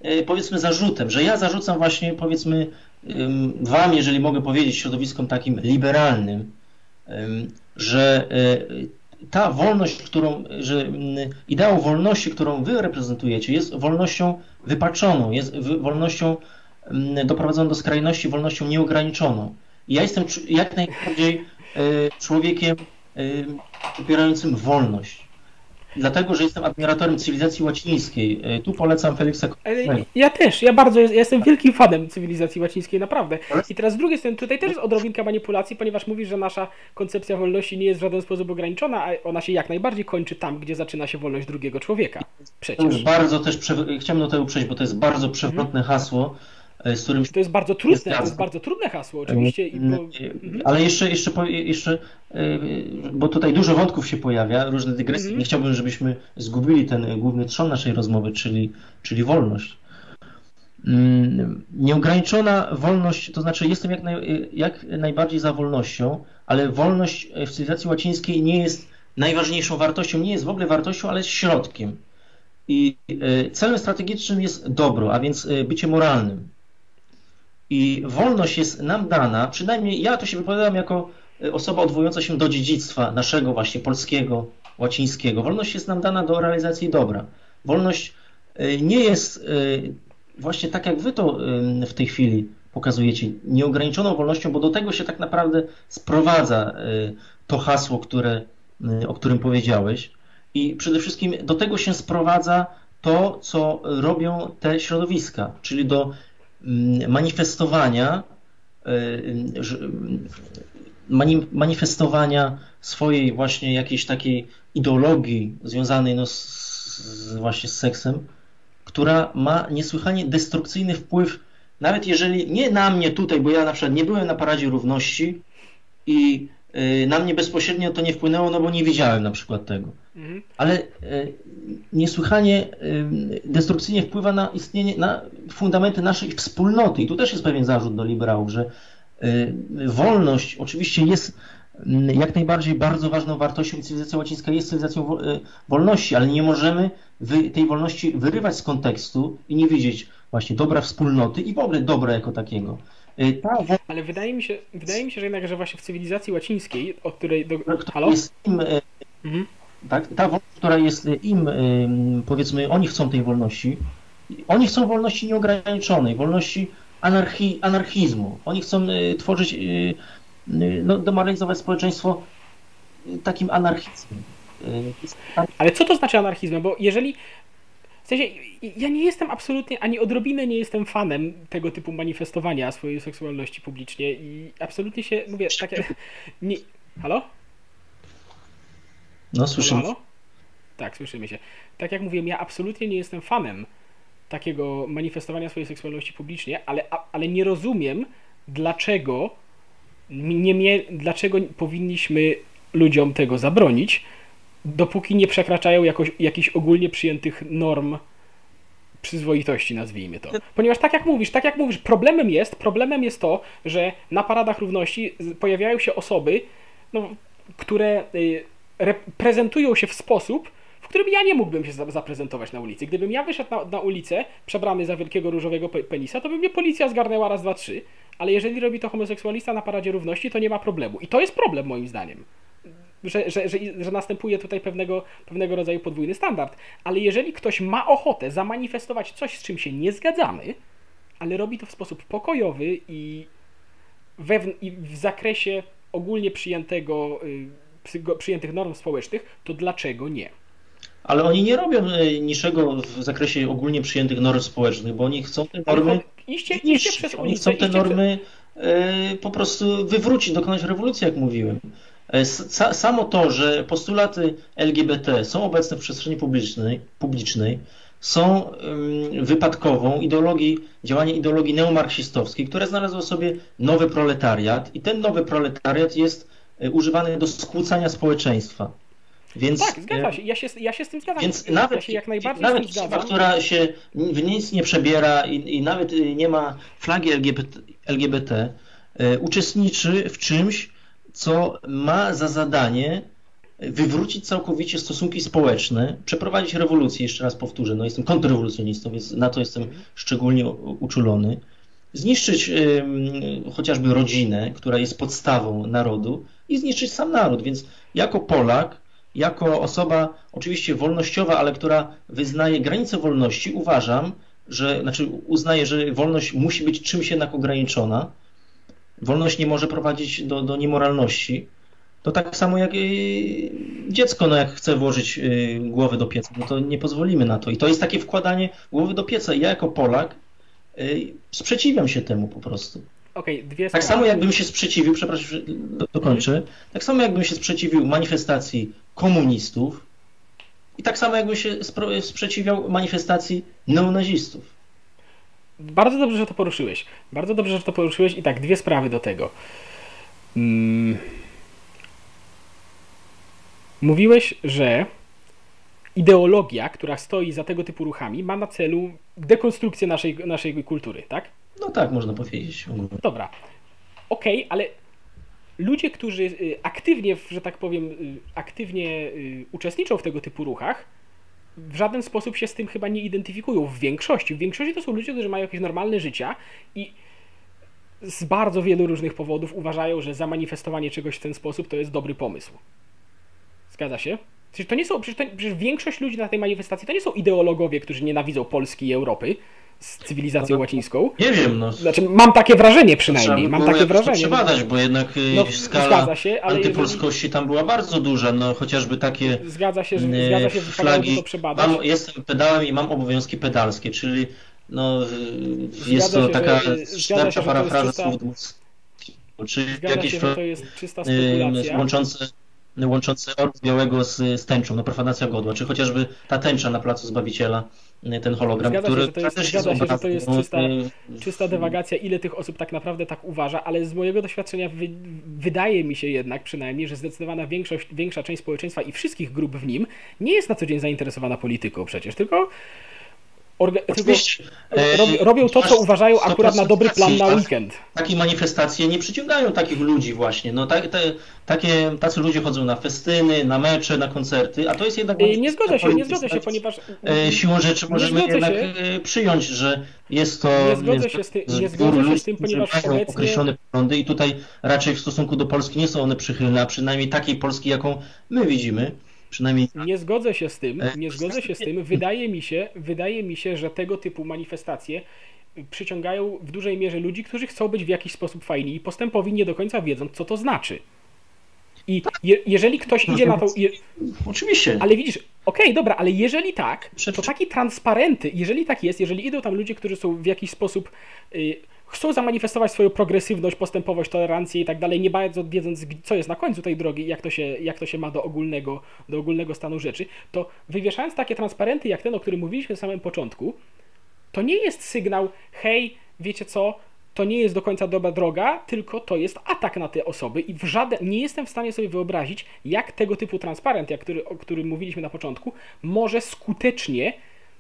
powiedzmy zarzutem, że ja zarzucam właśnie powiedzmy wam, jeżeli mogę powiedzieć, środowiskom takim liberalnym, że ta wolność, którą, że ideał wolności, którą wy reprezentujecie, jest wolnością wypaczoną, jest wolnością doprowadzoną do skrajności, wolnością nieograniczoną. I ja jestem jak najbardziej człowiekiem popierającym wolność. Dlatego, że jestem admiratorem cywilizacji łacińskiej. Tu polecam Feliksa Kowalskiego.
Ja też, ja bardzo ja jestem wielkim fanem cywilizacji łacińskiej, naprawdę. I teraz z drugiej strony, tutaj też jest odrobinka manipulacji, ponieważ mówisz, że nasza koncepcja wolności nie jest w żaden sposób ograniczona, a ona się jak najbardziej kończy tam, gdzie zaczyna się wolność drugiego człowieka. Przecież.
To jest bardzo też, chciałbym do tego przejść, bo to jest bardzo przewrotne mhm. hasło, z którym
to jest bardzo trudne, to jest bardzo trudne hasło, oczywiście. I bo...
Ale jeszcze, jeszcze, jeszcze, bo tutaj dużo wątków się pojawia, różne dygresje. Mm-hmm. Nie chciałbym, żebyśmy zgubili ten główny trzon naszej rozmowy, czyli, czyli wolność. Nieograniczona wolność, to znaczy jestem jak, naj, jak najbardziej za wolnością, ale wolność w cywilizacji łacińskiej nie jest najważniejszą wartością, nie jest w ogóle wartością, ale jest środkiem. I celem strategicznym jest dobro, a więc bycie moralnym. I wolność jest nam dana, przynajmniej ja to się wypowiadam jako osoba odwołująca się do dziedzictwa naszego właśnie polskiego, łacińskiego. Wolność jest nam dana do realizacji dobra. Wolność nie jest właśnie tak, jak wy to w tej chwili pokazujecie, nieograniczoną wolnością, bo do tego się tak naprawdę sprowadza to hasło, które, o którym powiedziałeś. I przede wszystkim do tego się sprowadza to, co robią te środowiska, czyli do manifestowania manifestowania swojej właśnie jakiejś takiej ideologii związanej no z, właśnie z seksem, która ma niesłychanie destrukcyjny wpływ, nawet jeżeli nie na mnie tutaj, bo ja na przykład nie byłem na Paradzie Równości i na mnie bezpośrednio to nie wpłynęło, no bo nie widziałem na przykład tego. Mhm. Ale niesłychanie destrukcyjnie wpływa na istnienie, na fundamenty naszej wspólnoty. I tu też jest pewien zarzut do liberałów, że wolność oczywiście jest jak najbardziej bardzo ważną wartością i cywilizacja łacińska jest cywilizacją wolności, ale nie możemy tej wolności wyrywać z kontekstu i nie widzieć właśnie dobra wspólnoty i w ogóle dobra jako takiego.
Ta... Ale wydaje mi się, wydaje mi się, że jednak, że właśnie w cywilizacji łacińskiej, o której... Do... Halo?
Jest im, mhm. tak, ta wolność, która jest im, powiedzmy, oni chcą tej wolności, oni chcą wolności nieograniczonej, wolności anarchii, anarchizmu. Oni chcą tworzyć, no, demoralizować społeczeństwo takim anarchizmem.
Ale co to znaczy anarchizmem? Bo jeżeli... W sensie, ja nie jestem absolutnie, ani odrobinę nie jestem fanem tego typu manifestowania swojej seksualności publicznie i absolutnie się, mówię, tak jak... Nie... Halo?
No, słyszymy.
Halo? Tak, słyszymy się. Tak jak mówiłem, ja absolutnie nie jestem fanem takiego manifestowania swojej seksualności publicznie, ale, ale nie rozumiem, dlaczego, nie mie... dlaczego powinniśmy ludziom tego zabronić, dopóki nie przekraczają jakoś, jakichś ogólnie przyjętych norm przyzwoitości, nazwijmy to. Ponieważ tak jak mówisz, tak jak mówisz, problemem jest, problemem jest to, że na paradach równości pojawiają się osoby, no, które y, prezentują się w sposób, w którym ja nie mógłbym się zaprezentować na ulicy. Gdybym ja wyszedł na, na ulicę, przebrany za wielkiego różowego penisa, to by mnie policja zgarnęła raz, dwa, trzy. Ale jeżeli robi to homoseksualista na paradzie równości, to nie ma problemu. I to jest problem moim zdaniem. Że, że, że, że następuje tutaj pewnego, pewnego rodzaju podwójny standard. Ale jeżeli ktoś ma ochotę zamanifestować coś, z czym się nie zgadzamy, ale robi to w sposób pokojowy i, we, i w zakresie ogólnie przyjętego, y, przyjętych norm społecznych, to dlaczego nie?
Ale oni nie robią niczego w zakresie ogólnie przyjętych norm społecznych, bo oni chcą te normy
iście, iście przez
oni chcą te normy przez... po prostu wywrócić, dokonać rewolucji, jak mówiłem. Samo to, że postulaty L G B T są obecne w przestrzeni publicznej, publicznej są wypadkową ideologii, działania ideologii neomarksistowskiej, która znalazła sobie nowy proletariat i ten nowy proletariat jest używany do skłócania społeczeństwa. Więc,
tak, zgadza się. Ja się, ja się z tym zgadzam.
Więc
ja
nawet,
się jak najbardziej
nawet
z tym zgadzam.
która się w nic nie przebiera i, i nawet nie ma flagi L G B T, L G B T uczestniczy w czymś, co ma za zadanie wywrócić całkowicie stosunki społeczne, przeprowadzić rewolucję, jeszcze raz powtórzę, no jestem kontrrewolucjonistą, więc na to jestem szczególnie uczulony, zniszczyć y, chociażby rodzinę, która jest podstawą narodu i zniszczyć sam naród, więc jako Polak, jako osoba oczywiście wolnościowa, ale która wyznaje granice wolności, uważam, że, znaczy uznaje, że wolność musi być czymś jednak ograniczona, wolność nie może prowadzić do, do niemoralności. To tak samo jak dziecko, no jak chce włożyć głowę do pieca, no to nie pozwolimy na to. I to jest takie wkładanie głowy do pieca. I ja jako Polak sprzeciwiam się temu po prostu.
Okay, dwie
tak samo jakbym się sprzeciwił, przepraszam, że dokończę, tak samo jakbym się sprzeciwił manifestacji komunistów i tak samo jakbym się sprzeciwiał manifestacji neonazistów.
Bardzo dobrze, że to poruszyłeś. Bardzo dobrze, że to poruszyłeś i tak, dwie sprawy do tego. Hmm. Mówiłeś, że ideologia, która stoi za tego typu ruchami, ma na celu dekonstrukcję naszej, naszej kultury, tak?
No tak, można powiedzieć.
Dobra. Okej, okay, ale ludzie, którzy aktywnie, że tak powiem, aktywnie uczestniczą w tego typu ruchach, w żaden sposób się z tym chyba nie identyfikują w większości. W większości to są ludzie, którzy mają jakieś normalne życia i z bardzo wielu różnych powodów uważają, że zamanifestowanie czegoś w ten sposób to jest dobry pomysł. Zgadza się? Przecież to nie są, przecież, to, przecież większość ludzi na tej manifestacji to nie są ideologowie, którzy nienawidzą Polski i Europy z cywilizacją
no,
łacińską.
Nie wiem, no.
Znaczy, mam takie wrażenie przynajmniej, mam takie wrażenie.
Przebadać, bo jednak
no,
skala
się, ale
antypolskości jeżeli... tam była bardzo duża, no chociażby takie
Zgadza się, że, zgadza się,
flagi.
To przebadać.
Mam, jestem pedałem i mam obowiązki pedalskie, czyli no, jest to
się,
taka
snapcza
parafraza
czysta...
słów, czyli
zgadza
jakieś
się, że to jest czysta spekulacja.
łączące łączące orł białego z, z tęczą, no profanacja godła, czy chociażby ta tęcza na Placu Zbawiciela, ten hologram,
zgadza
który
się, że to jest, zgadza się, że to jest czysta, czysta dywagacja, ile tych osób tak naprawdę tak uważa, ale z mojego doświadczenia wy, wydaje mi się jednak przynajmniej, że zdecydowana większość, większa część społeczeństwa i wszystkich grup w nim nie jest na co dzień zainteresowana polityką przecież, tylko Orga... Rob, robią to, co uważają akurat na dobry plan na weekend.
Takie manifestacje nie przyciągają takich ludzi właśnie. No, ta, te, takie, tacy ludzie chodzą na festyny, na mecze, na koncerty, a to jest jednak...
Nie zgodzę się, nie zgodzę się, ponieważ...
Siłą rzeczy możemy jednak się. przyjąć, że jest to...
Nie zgodzę się z tym, nie zgodzę się z tym ponieważ obecnie...
określone poglądy i tutaj raczej w stosunku do Polski nie są one przychylne, a przynajmniej takiej Polski, jaką my widzimy. Przynajmniej...
Nie zgodzę się z tym, nie zgodzę się z tym. Wydaje mi się, wydaje mi się, że tego typu manifestacje przyciągają w dużej mierze ludzi, którzy chcą być w jakiś sposób fajni i postępowi, nie do końca wiedząc, co to znaczy. I je, jeżeli ktoś idzie na tą... Je...
Oczywiście.
Ale widzisz, okej, okay, dobra, ale jeżeli tak, to takie transparenty, jeżeli tak jest, jeżeli idą tam ludzie, którzy są w jakiś sposób... Yy, chcą zamanifestować swoją progresywność, postępowość, tolerancję i tak dalej, nie bardzo wiedząc, co jest na końcu tej drogi, jak to się, jak to się ma do ogólnego, do ogólnego stanu rzeczy, to wywieszając takie transparenty jak ten, o którym mówiliśmy na samym początku, to nie jest sygnał, hej, wiecie co, to nie jest do końca dobra droga, tylko to jest atak na te osoby i w żaden, nie jestem w stanie sobie wyobrazić, jak tego typu transparent, jak który, o którym mówiliśmy na początku, może skutecznie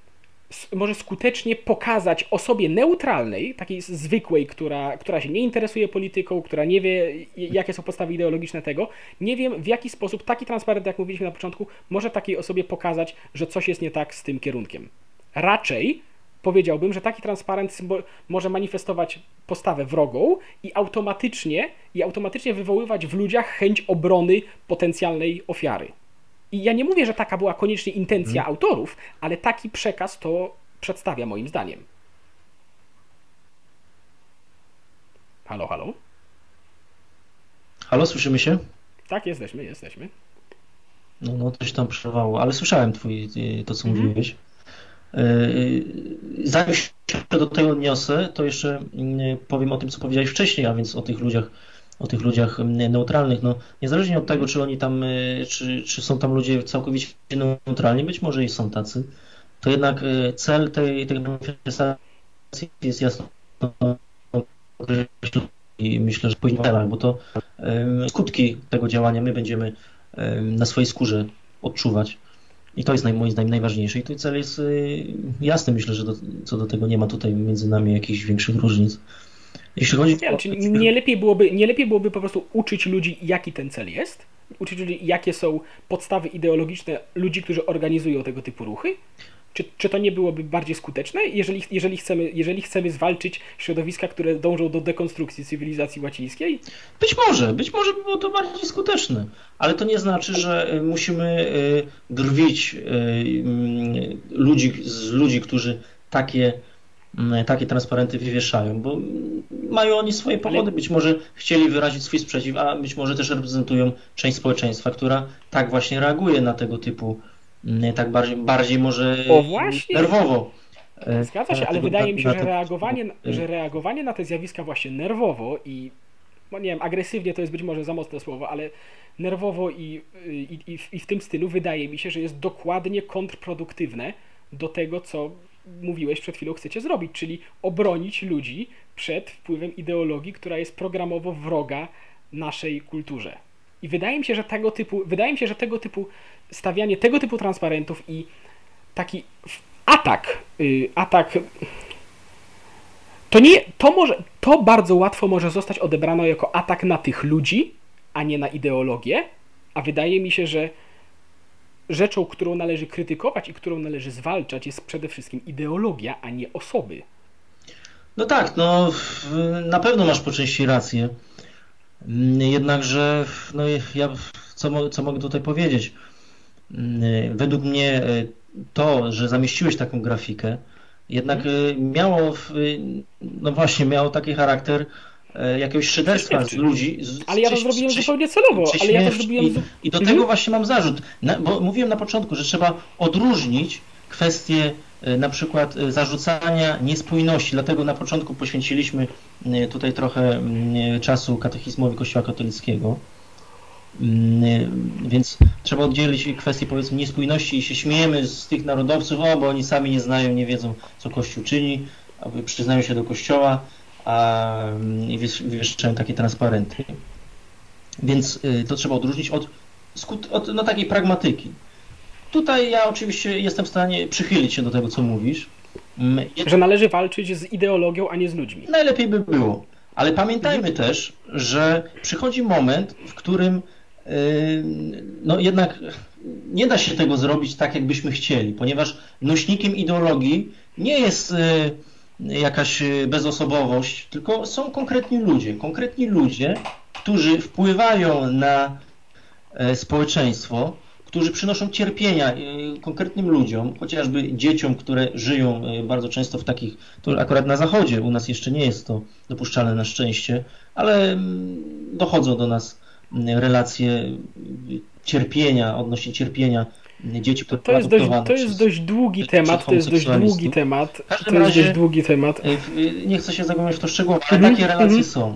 może skutecznie pokazać osobie neutralnej, takiej zwykłej, która, która się nie interesuje polityką, która nie wie, jakie są podstawy ideologiczne tego, nie wiem, w jaki sposób taki transparent, jak mówiliśmy na początku, może takiej osobie pokazać, że coś jest nie tak z tym kierunkiem. Raczej powiedziałbym, że taki transparent może manifestować postawę wrogą i automatycznie, i automatycznie wywoływać w ludziach chęć obrony potencjalnej ofiary. I ja nie mówię, że taka była koniecznie intencja hmm. autorów, ale taki przekaz to przedstawia moim zdaniem. Halo, halo?
Halo, słyszymy się?
Tak, jesteśmy, jesteśmy.
No, no coś tam przerwało, ale słyszałem twój, to, co hmm. mówiłeś. Zanim się do tego odniosę, to jeszcze powiem o tym, co powiedziałeś wcześniej, a więc o tych ludziach, o tych ludziach neutralnych. No, niezależnie od tego, czy oni tam, czy, czy są tam ludzie całkowicie neutralni, być może i są tacy, to jednak cel tej, tej manifestacji jest jasno i myślę, że powinien celach, bo to skutki tego działania my będziemy na swojej skórze odczuwać. I to jest moim zdaniem najważniejsze. I ten cel jest jasny. Myślę, że do, co do tego nie ma tutaj między nami jakichś większych różnic. Jeśli chodzi
nie, o... czyli nie lepiej byłoby, nie lepiej byłoby po prostu uczyć ludzi, jaki ten cel jest? uczyć ludzi, jakie są podstawy ideologiczne ludzi, którzy organizują tego typu ruchy? Czy, czy to nie byłoby bardziej skuteczne, jeżeli, jeżeli, chcemy, jeżeli chcemy zwalczyć środowiska, które dążą do dekonstrukcji cywilizacji łacińskiej?
Być może, być może by było to bardziej skuteczne, ale to nie znaczy, że musimy drwić ludzi, z ludzi, którzy takie, takie transparenty wywieszają, bo mają oni swoje powody. Ale... Być może chcieli wyrazić swój sprzeciw, a być może też reprezentują część społeczeństwa, która tak właśnie reaguje na tego typu tak bardziej, bardziej może
o, właśnie.
nerwowo.
Zgadza się, ale wydaje mi się, że reagowanie, że reagowanie na te zjawiska właśnie nerwowo i, no nie wiem, agresywnie to jest być może za mocne słowo, ale nerwowo i, i, i, w, i w tym stylu wydaje mi się, że jest dokładnie kontrproduktywne do tego, co mówiłeś przed chwilą chcecie zrobić, czyli obronić ludzi przed wpływem ideologii, która jest programowo wroga naszej kulturze. I wydaje mi się, że tego typu, wydaje mi się, że tego typu stawianie tego typu transparentów i taki atak, yy, atak, to nie, to może, to bardzo łatwo może zostać odebrane jako atak na tych ludzi, a nie na ideologię, a wydaje mi się, że rzeczą, którą należy krytykować i którą należy zwalczać, jest przede wszystkim ideologia, a nie osoby.
No tak, no na pewno masz po części rację. Jednakże, no ja co, co mogę tutaj powiedzieć? Według mnie to, że zamieściłeś taką grafikę, jednak miało, no właśnie, miało taki charakter jakiegoś szyderstwa z ludzi. Z,
ale ja to
czy,
zrobiłem
czy,
zupełnie celowo. Ale ja to zrobiłem...
I, i do tego właśnie mam zarzut, na, bo mówiłem na początku, że trzeba odróżnić kwestię na przykład zarzucania niespójności, dlatego na początku poświęciliśmy tutaj trochę czasu katechizmowi Kościoła katolickiego, więc trzeba oddzielić kwestię, powiedzmy, niespójności i się śmiejemy z tych narodowców, o, bo oni sami nie znają, nie wiedzą, co Kościół czyni, przyznają się do Kościoła, a i wywieszczają takie transparenty. Więc to trzeba odróżnić od, od no, takiej pragmatyki. Tutaj ja oczywiście jestem w stanie przychylić się do tego, co mówisz.
Że należy walczyć z ideologią, a nie z ludźmi.
Najlepiej by było. Ale pamiętajmy też, że przychodzi moment, w którym no jednak nie da się tego zrobić tak, jakbyśmy chcieli, ponieważ nośnikiem ideologii nie jest jakaś bezosobowość, tylko są konkretni ludzie. Konkretni ludzie, którzy wpływają na społeczeństwo, którzy przynoszą cierpienia konkretnym ludziom, chociażby dzieciom, które żyją bardzo często w takich, to akurat na zachodzie, u nas jeszcze nie jest to dopuszczalne na szczęście, ale dochodzą do nas relacje cierpienia, odnośnie cierpienia dzieci, które
to jest dość, to jest dość długi temat, to jest dość długi temat, to jest dość długi temat.
Nie chcę się zagłębiać w to szczegółowo, ale mm-hmm, takie relacje mm-hmm. są.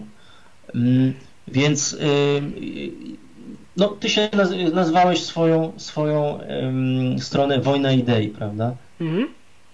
Więc no, ty się nazwałeś swoją, swoją um, stronę Wojna Idei, prawda? Mhm.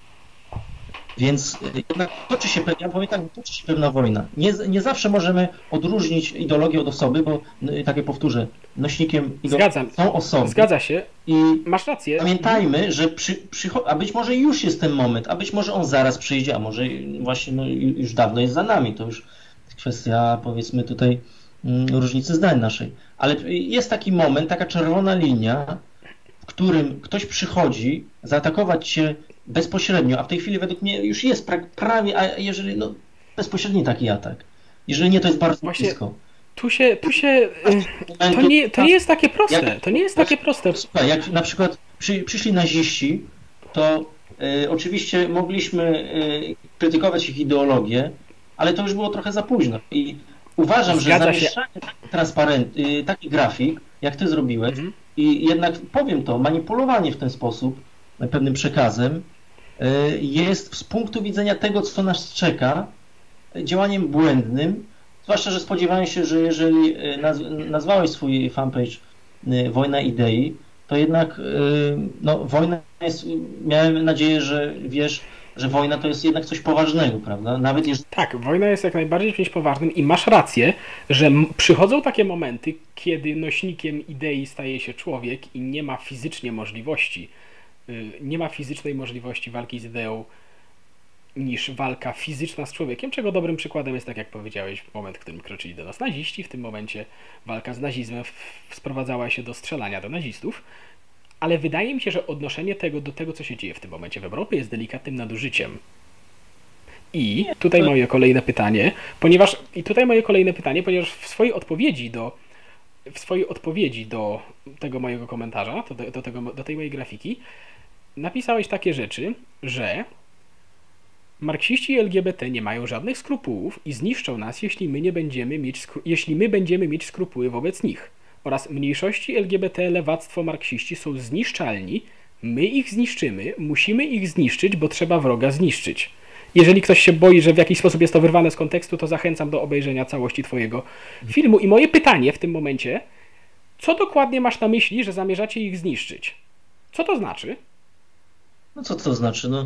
Więc jednak toczy się, ja powiem tak, toczy się pewna wojna. Nie, nie zawsze możemy odróżnić ideologię od osoby, bo, tak jak powtórzę, nośnikiem ideologii są osoby.
Zgadza się.
I
masz rację.
Pamiętajmy, że przy, przy, a być może już jest ten moment, a być może on zaraz przyjdzie, a może właśnie no, już dawno jest za nami. To już kwestia, powiedzmy, tutaj różnicy zdań naszej. Ale jest taki moment, taka czerwona linia, w którym ktoś przychodzi zaatakować cię bezpośrednio, a w tej chwili według mnie już jest pra prawie, a jeżeli no, bezpośredni taki atak. Jeżeli nie, to jest bardzo
Właśnie
blisko.
Tu się, tu się, to nie, to nie jest takie proste, to nie jest takie proste.
Słuchaj, jak na przykład przy, przyszli naziści, to y, oczywiście mogliśmy y, krytykować ich ideologię, ale to już było trochę za późno. I uważam, Zgadza że zamieszczanie taki transparent, y, taki grafik, jak ty zrobiłeś, mhm. i jednak powiem to, manipulowanie w ten sposób pewnym przekazem y, jest z punktu widzenia tego, co nas czeka, działaniem błędnym, zwłaszcza, że spodziewałem się, że jeżeli naz nazwałeś swój fanpage y, Wojna Idei, to jednak y, no, wojna jest, miałem nadzieję, że wiesz, że wojna to jest jednak coś poważnego, prawda? Nawet jeżeli...
Tak, wojna jest jak najbardziej czymś poważnym i masz rację, że przychodzą takie momenty, kiedy nośnikiem idei staje się człowiek i nie ma fizycznie możliwości, nie ma fizycznej możliwości walki z ideą niż walka fizyczna z człowiekiem, czego dobrym przykładem jest, tak jak powiedziałeś, moment, w którym kroczyli do nas naziści. W tym momencie walka z nazizmem sprowadzała się do strzelania do nazistów. Ale wydaje mi się, że odnoszenie tego do tego, co się dzieje w tym momencie w Europie, jest delikatnym nadużyciem. I tutaj moje kolejne pytanie, ponieważ i tutaj moje kolejne pytanie, ponieważ w swojej odpowiedzi do w swojej odpowiedzi do tego mojego komentarza, do, do, tego, do tej mojej grafiki, napisałeś takie rzeczy, że marksiści i L G B T nie mają żadnych skrupułów i zniszczą nas, jeśli my nie będziemy mieć skru- jeśli my będziemy mieć skrupuły wobec nich. Oraz mniejszości L G B T, lewactwo, marksiści są zniszczalni, my ich zniszczymy, musimy ich zniszczyć, bo trzeba wroga zniszczyć. Jeżeli ktoś się boi, że w jakiś sposób jest to wyrwane z kontekstu, to zachęcam do obejrzenia całości twojego filmu. I moje pytanie w tym momencie, co dokładnie masz na myśli, że zamierzacie ich zniszczyć? Co to znaczy?
No co to znaczy? No,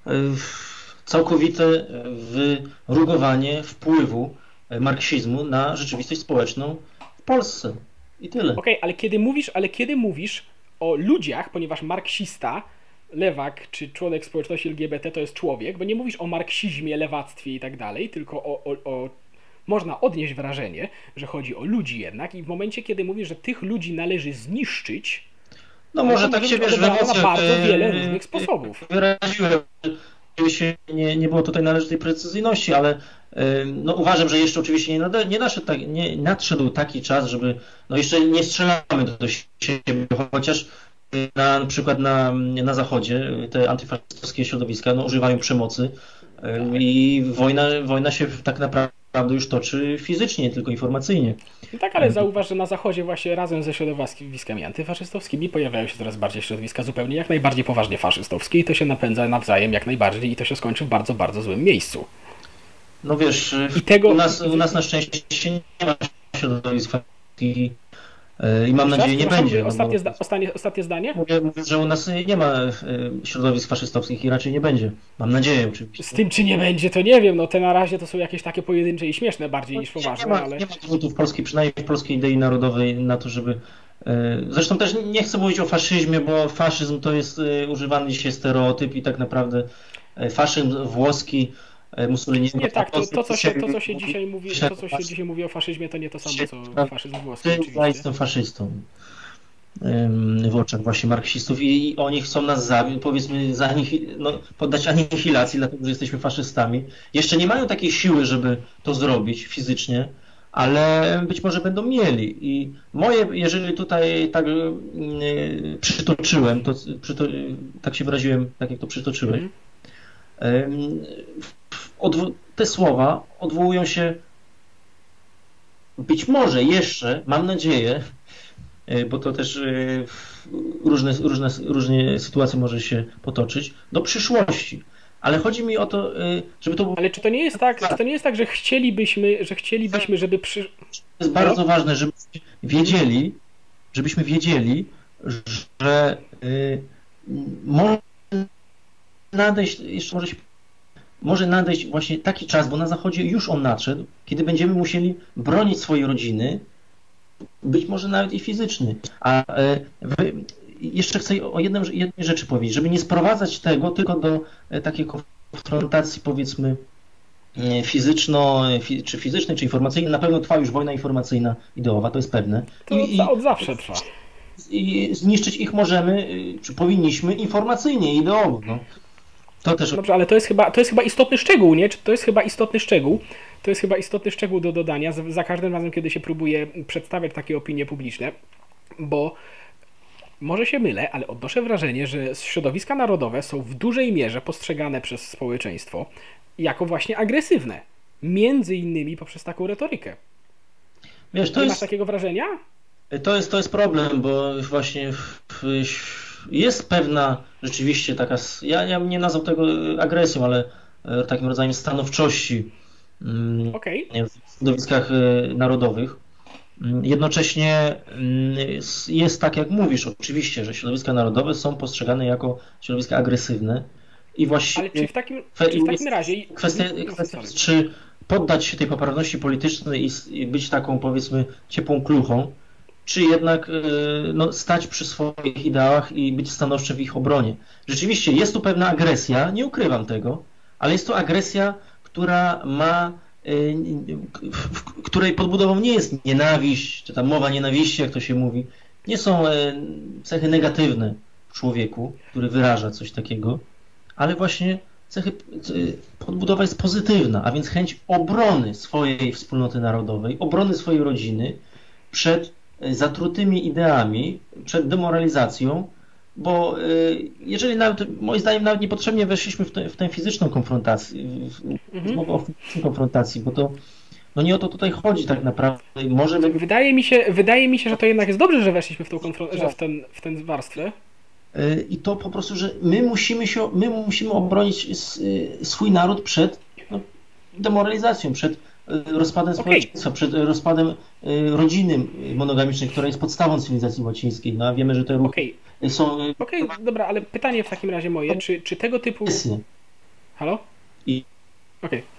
całkowite wyrugowanie wpływu marksizmu na rzeczywistość społeczną w Polsce. I tyle.
Okej, okay, ale kiedy mówisz, ale kiedy mówisz o ludziach, ponieważ marksista, lewak czy członek społeczności L G B T to jest człowiek, bo nie mówisz o marksizmie, lewactwie i tak dalej, tylko o, o, o... można odnieść wrażenie, że chodzi o ludzi jednak i w momencie, kiedy mówisz, że tych ludzi należy zniszczyć,
no może tak się wiesz,
na bardzo wiele różnych sposobów.
Wyraziłem, że nie, nie było tutaj należytej precyzyjności, ale no uważam, że jeszcze oczywiście nie, nade, nie, nadszedł, nie nadszedł taki czas, żeby, no jeszcze nie strzelamy do siebie, chociaż na, na przykład na, na zachodzie te antyfaszystowskie środowiska no, używają przemocy i wojna, wojna się tak naprawdę już toczy fizycznie, tylko informacyjnie.
No tak, ale zauważ, że na zachodzie właśnie razem ze środowiskami antyfaszystowskimi pojawiają się coraz bardziej środowiska zupełnie jak najbardziej poważnie faszystowskie i to się napędza nawzajem jak najbardziej i to się skończy w bardzo, bardzo złym miejscu.
No wiesz, I tego... u, nas, u nas na szczęście nie ma środowisk i, i mam nadzieję nie będzie.
Ostatnie, zda, ostatnie, ostatnie zdanie?
Mówię, mówię, że u nas nie ma środowisk faszystowskich i raczej nie będzie. Mam nadzieję oczywiście.
Z tym czy nie będzie, to nie wiem. No te na razie to są jakieś takie pojedyncze i śmieszne bardziej no, niż poważne.
Nie ma,
ale...
nie ma dowodów w polskiej, przynajmniej w polskiej idei narodowej na to, żeby... Zresztą też nie chcę mówić o faszyzmie, bo faszyzm to jest używany dzisiaj stereotyp i tak naprawdę faszyzm włoski Mussolini.
Nie, tak, to, to, co się, to, co się dzisiaj mówi, to, co się dzisiaj mówi o faszyzmie, to nie to samo, co faszyzm włoski.
Ja jestem faszystą w oczach właśnie marksistów i oni chcą nas zabić, powiedzmy, za nich, no, poddać anihilacji, dlatego że jesteśmy faszystami. Jeszcze nie mają takiej siły, żeby to zrobić fizycznie, ale być może będą mieli. I moje, jeżeli tutaj tak y, przytoczyłem, to przyto, tak się wyraziłem, tak jak to przytoczyłeś, mm. y, te słowa odwołują się być może jeszcze, mam nadzieję, bo to też różne, różne, różne sytuacje może się potoczyć, do przyszłości. Ale chodzi mi o to, żeby to było...
Ale czy to nie jest tak, czy to nie jest tak, że chcielibyśmy, że chcielibyśmy, żeby przy...
To jest bardzo no? ważne, żebyśmy wiedzieli, żebyśmy wiedzieli, że y, może nadejść, jeszcze może się może nadejść właśnie taki czas, bo na Zachodzie już on nadszedł, kiedy będziemy musieli bronić swojej rodziny, być może nawet i fizyczny. A wy, jeszcze chcę o jednym, jednej rzeczy powiedzieć, żeby nie sprowadzać tego tylko do takiej konfrontacji, powiedzmy, fizyczno, czy fizycznej, czy informacyjnej. Na pewno trwa już wojna informacyjna, ideowa, to jest pewne.
To I, od zawsze trwa.
I zniszczyć ich możemy, czy powinniśmy informacyjnie, ideowo. No. To też...
Dobrze, ale to jest chyba, to jest chyba istotny szczegół, nie? Czy to jest chyba istotny szczegół? To jest chyba istotny szczegół do dodania za, za każdym razem, kiedy się próbuje przedstawiać takie opinie publiczne, bo może się mylę, ale odnoszę wrażenie, że środowiska narodowe są w dużej mierze postrzegane przez społeczeństwo jako właśnie agresywne. Między innymi poprzez taką retorykę.
Wiesz, to
Nie
jest...
masz takiego wrażenia?
To jest, to jest problem, bo właśnie w, w, jest pewna rzeczywiście taka, ja, ja nie nazwał tego agresją, ale takim rodzajem stanowczości
okay.
w środowiskach narodowych. Jednocześnie jest tak, jak mówisz, oczywiście, że środowiska narodowe są postrzegane jako środowiska agresywne i właściwie...
Ale czy w takim, czy w takim razie...
Kwestia, kwestia jest, czy poddać się tej poprawności politycznej i być taką, powiedzmy, ciepłą kluchą, czy jednak no, stać przy swoich ideałach i być stanowczym w ich obronie. Rzeczywiście jest tu pewna agresja, nie ukrywam tego, ale jest to agresja, która ma, w której podbudową nie jest nienawiść, czy ta mowa nienawiści, jak to się mówi. Nie są cechy negatywne w człowieku, który wyraża coś takiego, ale właśnie cechy, podbudowa jest pozytywna, a więc chęć obrony swojej wspólnoty narodowej, obrony swojej rodziny przed zatrutymi ideami, przed demoralizacją, bo jeżeli nawet, moim zdaniem, nawet niepotrzebnie weszliśmy w, te, w tę fizyczną konfrontację, w, mhm. w, o fizycznej konfrontacji, bo to no nie o to tutaj chodzi tak naprawdę. Może my...
wydaje, mi się, wydaje mi się, że to jednak jest dobrze, że weszliśmy w tą konfron- że w, ten, w tę warstwę.
I to po prostu, że my musimy się, my musimy obronić swój naród przed no, demoralizacją, przed rozpadem społeczeństwa, okay. przed rozpadem rodziny monogamicznej, która jest podstawą cywilizacji łacińskiej. No, a wiemy, że te ruchy okay. są...
Okej, okay, dobra, ale pytanie w takim razie moje, czy, czy tego typu... Halo?
I...
Okej. Okay.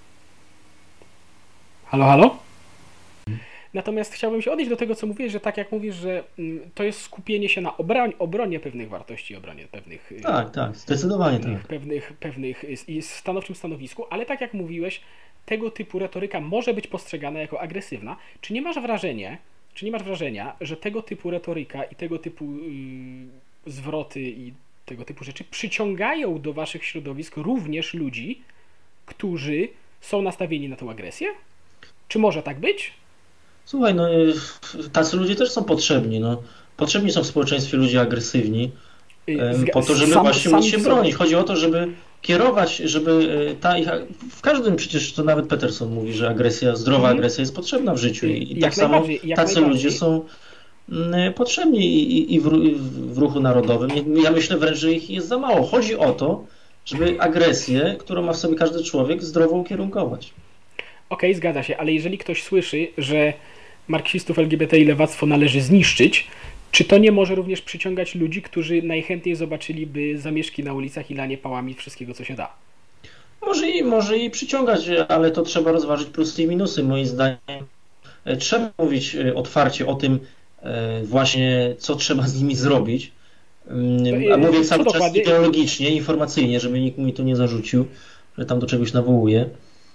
Halo, halo? Natomiast chciałbym się odnieść do tego, co mówisz, że tak jak mówisz, że to jest skupienie się na obroń, obronie pewnych wartości, obronie pewnych...
Tak, tak, zdecydowanie tak.
Pewnych, pewnych i stanowczym stanowisku, ale tak jak mówiłeś, tego typu retoryka może być postrzegana jako agresywna. Czy nie masz wrażenia, czy nie masz wrażenia, że tego typu retoryka i tego typu yy, zwroty i tego typu rzeczy przyciągają do waszych środowisk również ludzi, którzy są nastawieni na tę agresję? Czy może tak być?
Słuchaj, no tacy ludzie też są potrzebni. No. Potrzebni są w społeczeństwie ludzie agresywni, Zga- po to, żeby sam, właśnie móc się bronić. Chodzi o to, żeby kierować, żeby ta ich... W każdym przecież, to nawet Peterson mówi, że agresja, zdrowa hmm. agresja jest potrzebna w życiu. I, i tak samo tacy ludzie są potrzebni i, i w, w ruchu narodowym. Ja myślę wręcz, że ich jest za mało. Chodzi o to, żeby agresję, którą ma w sobie każdy człowiek, zdrowo ukierunkować.
Okej, okay, zgadza się, ale jeżeli ktoś słyszy, że marksistów, L G B T i lewactwo należy zniszczyć, czy to nie może również przyciągać ludzi, którzy najchętniej zobaczyliby zamieszki na ulicach i lanie pałami wszystkiego, co się da?
Może i, może i przyciągać, ale to trzeba rozważyć plusy i minusy. Moim zdaniem trzeba mówić otwarcie o tym właśnie, co trzeba z nimi zrobić. A mówię cały czas dokładnie? ideologicznie, informacyjnie, żeby nikt mi tu nie zarzucił, że tam do czegoś nawołuje.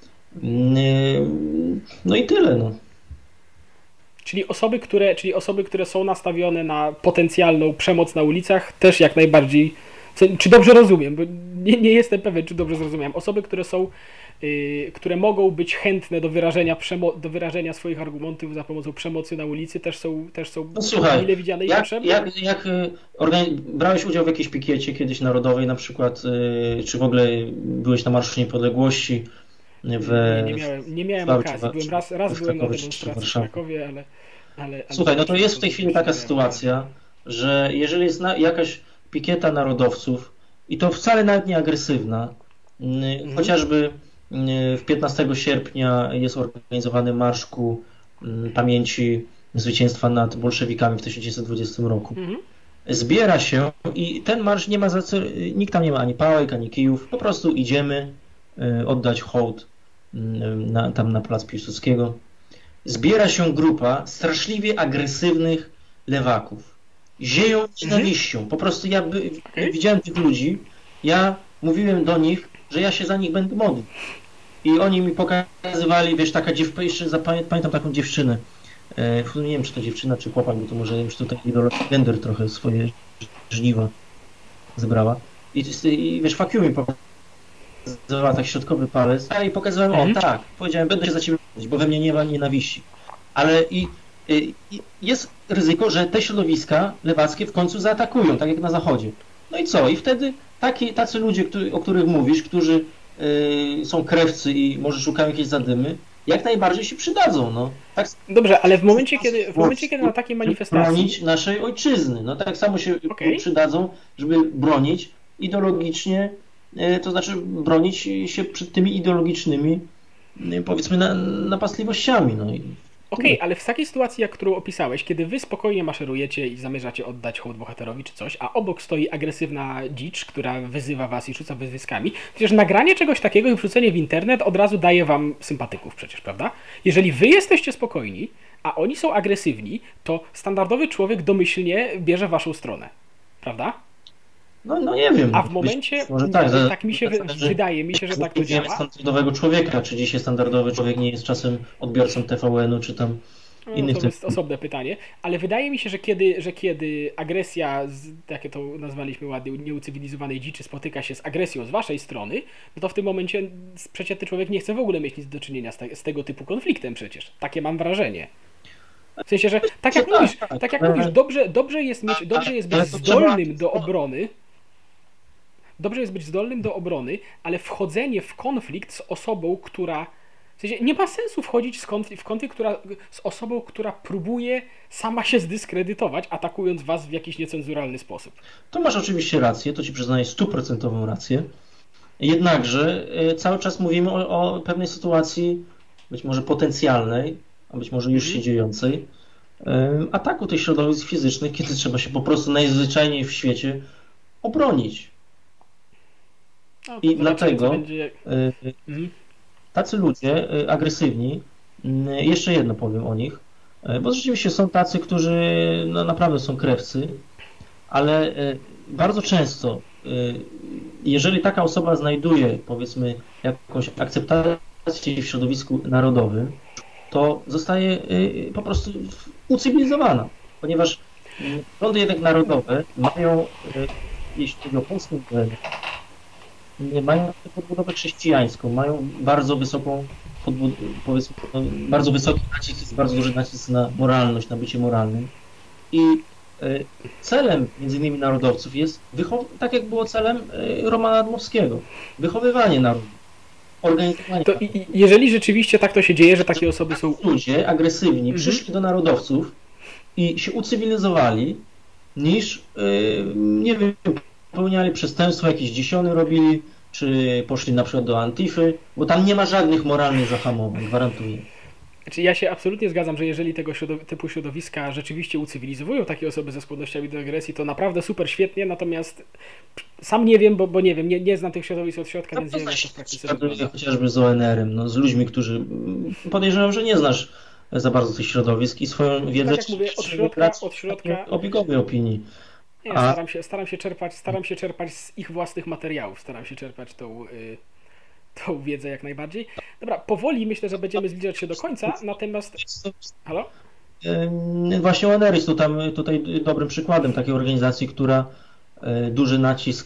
No i tyle. No.
Czyli osoby, które, czyli osoby, które są nastawione na potencjalną przemoc na ulicach, też jak najbardziej, czy dobrze rozumiem, bo nie, nie jestem pewien, czy dobrze zrozumiałem. Osoby, które są, yy, które mogą być chętne do wyrażenia, przemo- do wyrażenia swoich argumentów za pomocą przemocy na ulicy, też są, też są
no, słuchaj,
mile widziane i
jak,
potrzebne?
Jak, jak organi- brałeś udział w jakiejś pikiecie kiedyś narodowej na przykład, yy, czy w ogóle byłeś na Marszu Niepodległości? W,
nie, nie miałem, nie miałem okazji. Byłem raz, raz byłem na demonstracji w Krakowie, ale, ale, ale...
Słuchaj, no to jest w tej chwili taka sytuacja, że jeżeli jest na, jakaś pikieta narodowców i to wcale nawet nie agresywna, mhm. chociażby w piętnastego sierpnia jest organizowany marsz ku pamięci zwycięstwa nad bolszewikami w tysiąc dziewięćset dwudziestym roku. Mhm. Zbiera się i ten marsz nie ma za co, nikt tam nie ma ani pałek, ani kijów, po prostu idziemy oddać hołd na, tam na plac Piłsudskiego. Zbiera się grupa straszliwie agresywnych lewaków. Zieją nienawiścią. Po prostu ja by, okay. widziałem tych ludzi, ja mówiłem do nich, że ja się za nich będę modlił. I oni mi pokazywali, wiesz, taka dziewczyna, jeszcze zapamię, pamiętam taką dziewczynę, e, nie wiem, czy to dziewczyna, czy chłopak, bo to może wiem, czy to taki gender trochę swoje żniwa zebrała. I, i wiesz, fuck you mi pokazywała tak środkowy palec. A i pokazywałem, mhm. o tak, powiedziałem, będę się za ciebie modlić, bo we mnie nie ma nienawiści. Ale i, i, jest ryzyko, że te środowiska lewackie w końcu zaatakują, tak jak na Zachodzie. No i co? I wtedy taki, tacy ludzie, który, o których mówisz, którzy yy, są krewcy i może szukają jakieś zadymy, jak najbardziej się przydadzą. No. Tak,
dobrze, ale w momencie, kiedy, w momencie, kiedy na takiej manifestacji...
Bronić naszej ojczyzny. No tak samo się okay. przydadzą, żeby bronić ideologicznie, yy, to znaczy bronić się przed tymi ideologicznymi, yy, powiedzmy, na, napastliwościami. No.
Okej, okay, ale w takiej sytuacji, jak którą opisałeś, kiedy wy spokojnie maszerujecie i zamierzacie oddać hołd bohaterowi czy coś, a obok stoi agresywna dzicz, która wyzywa was i rzuca wyzwiskami, przecież nagranie czegoś takiego i wrzucenie w internet od razu daje wam sympatyków przecież, prawda? Jeżeli wy jesteście spokojni, a oni są agresywni, to standardowy człowiek domyślnie bierze waszą stronę, prawda?
No, no nie wiem.
A w momencie,
może tak, że,
tak mi się wy, wydaje mi się, że tak to działa.
Standardowego człowieka, czy dzisiaj standardowy człowiek nie jest czasem odbiorcą T V N-u, czy tam
no,
innych...
To jest osobne pytanie, ale wydaje mi się, że kiedy, że kiedy agresja, z, jakie to nazwaliśmy ładnie, nieucywilizowanej dziczy spotyka się z agresją z waszej strony, no to w tym momencie przeciętny człowiek nie chce w ogóle mieć nic do czynienia z, te, z tego typu konfliktem przecież. Takie mam wrażenie. W sensie, że tak jak mówisz, tak jak mówisz, dobrze, dobrze jest mieć, dobrze jest być zdolnym do obrony, dobrze jest być zdolnym do obrony, ale wchodzenie w konflikt z osobą, która... W sensie nie ma sensu wchodzić w konflikt, w konflikt która, z osobą, która próbuje sama się zdyskredytować, atakując was w jakiś niecenzuralny sposób.
To masz oczywiście rację, to ci przyznaję stuprocentową rację. Jednakże cały czas mówimy o, o pewnej sytuacji, być może potencjalnej, a być może już się dziejącej, ataku tych środowisk fizycznych, kiedy trzeba się po prostu najzwyczajniej w świecie obronić. No, I dlatego będzie... mhm. tacy ludzie agresywni, jeszcze jedno powiem o nich, bo rzeczywiście są tacy, którzy no, naprawdę są krewcy, ale bardzo często, jeżeli taka osoba znajduje, powiedzmy, jakąś akceptację w środowisku narodowym, to zostaje po prostu ucywilizowana, ponieważ rządy jednak narodowe mają, jeśli chodzi o polską model, mają podbudowę chrześcijańską, mają bardzo wysoką, powiedzmy, bardzo wysoki nacisk, jest bardzo duży nacisk na moralność, na bycie moralnym. I celem między innymi narodowców jest, tak jak było celem Romana Dmowskiego, wychowywanie narodu, organizowanie.
To i, jeżeli rzeczywiście tak to się dzieje, że takie osoby są...
Ludzie agresywni mhm. przyszli do narodowców i się ucywilizowali, niż, nie wiem, popełniali przestępstwa, jakieś dziesiony robili, czy poszli na przykład do Antify, bo tam nie ma żadnych moralnych zahamowań, gwarantuję.
Znaczy ja się absolutnie zgadzam, że jeżeli tego środow- typu środowiska rzeczywiście ucywilizowują takie osoby ze skłonnościami do agresji, to naprawdę super świetnie, natomiast sam nie wiem, bo, bo nie wiem, nie, nie znam tych środowisk od środka, no, więc nie wiem, jak to w praktyce wygląda.
Chociażby z O N R-em, no, z ludźmi, którzy podejrzewam, że nie znasz za bardzo tych środowisk i swoją wiedzę...
Tak jak mówię, od środka, od środka...
obiegowej opinii.
Nie, staram się, staram się czerpać, staram się czerpać z ich własnych materiałów, staram się czerpać tą, y, tą wiedzę jak najbardziej. Dobra, powoli myślę, że będziemy zbliżać się do końca, natomiast... Halo?
Właśnie O N R jest tu tam, tutaj dobrym przykładem takiej organizacji, która duży nacisk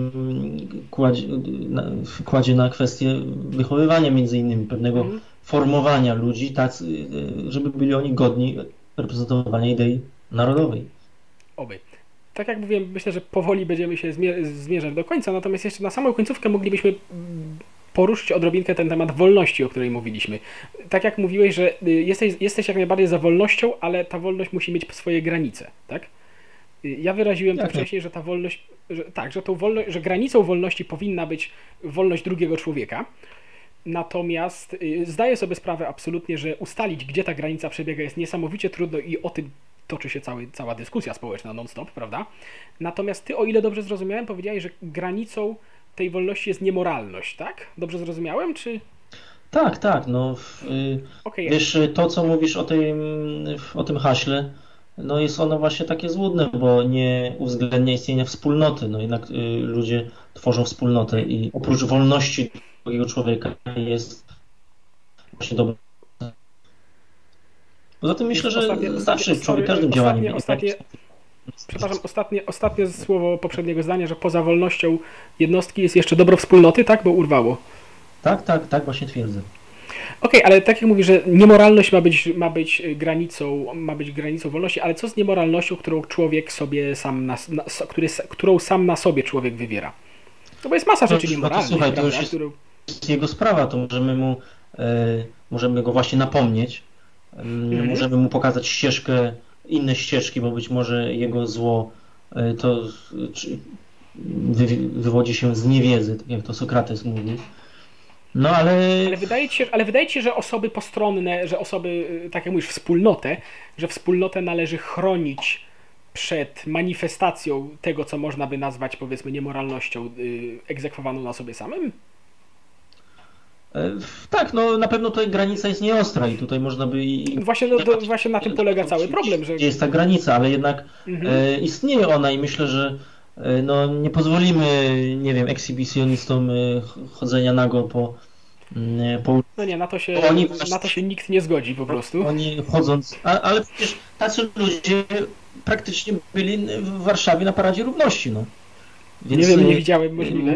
kładzie, kładzie na kwestię wychowywania między innymi, pewnego mhm. formowania ludzi, tak, żeby byli oni godni reprezentowania idei narodowej.
Oby. Tak jak mówiłem, myślę, że powoli będziemy się zmierzać do końca, natomiast jeszcze na samą końcówkę moglibyśmy poruszyć odrobinkę ten temat wolności, o której mówiliśmy. Tak jak mówiłeś, że jesteś, jesteś jak najbardziej za wolnością, ale ta wolność musi mieć swoje granice, tak? Ja wyraziłem to wcześniej, że ta wolność, że, tak, że, tą wolność, że granicą wolności powinna być wolność drugiego człowieka, natomiast zdaję sobie sprawę absolutnie, że ustalić, gdzie ta granica przebiega, jest niesamowicie trudno i o tym toczy się cały, cała dyskusja społeczna non-stop, prawda? Natomiast ty, o ile dobrze zrozumiałem, powiedziałeś, że granicą tej wolności jest niemoralność, tak? Dobrze zrozumiałem, czy...
Tak, tak, no okay. Wiesz, to co mówisz o tym, o tym haśle, no jest ono właśnie takie złudne, bo nie uwzględnia istnienia wspólnoty, no jednak ludzie tworzą wspólnotę i oprócz wolności drugiego człowieka jest właśnie dobro. Poza tym myślę, że ostatnie, zawsze przy każdym działaniu...
Ostatnie, przepraszam, ostatnie, ostatnie słowo poprzedniego zdania, że poza wolnością jednostki jest jeszcze dobro wspólnoty, tak? Bo urwało.
Tak, tak, tak właśnie twierdzę.
Okej, okay, ale tak jak mówisz, że niemoralność ma być, ma być granicą, ma być granicą wolności, ale co z niemoralnością, którą człowiek sobie sam na, na, który, którą sam na sobie człowiek wywiera? No bo jest masa rzeczy
no,
niemoralnych.
No to, słuchaj,
prawda,
to już jest,
którą...
jest jego sprawa, to możemy mu, e, możemy go właśnie napomnieć, e, mhm. możemy mu pokazać ścieżkę, inne ścieżki, bo być może jego zło e, to czy, wy, wywodzi się z niewiedzy, tak jak to Sokrates mówi. No ale...
Ale wydaje ci się, ale wydaje ci się, że osoby postronne, że osoby, tak jak mówisz, wspólnotę, że wspólnotę należy chronić przed manifestacją tego, co można by nazwać, powiedzmy, niemoralnością yy, egzekwowaną na sobie samym?
Tak, no na pewno tutaj granica jest nieostra i tutaj można by...
Właśnie, no, to, właśnie na tym polega cały problem, że...
Jest ta granica, ale jednak mhm. e, istnieje ona i myślę, że no nie pozwolimy, nie wiem, ekshibicjonistom chodzenia nago po, po
No nie, na to się,
oni,
na to się nikt nie zgodzi po prostu.
Oni chodząc, a, ale przecież tacy ludzie praktycznie byli w Warszawie na Paradzie Równości, no.
Więc nie wiem, nie widziałem, możliwe.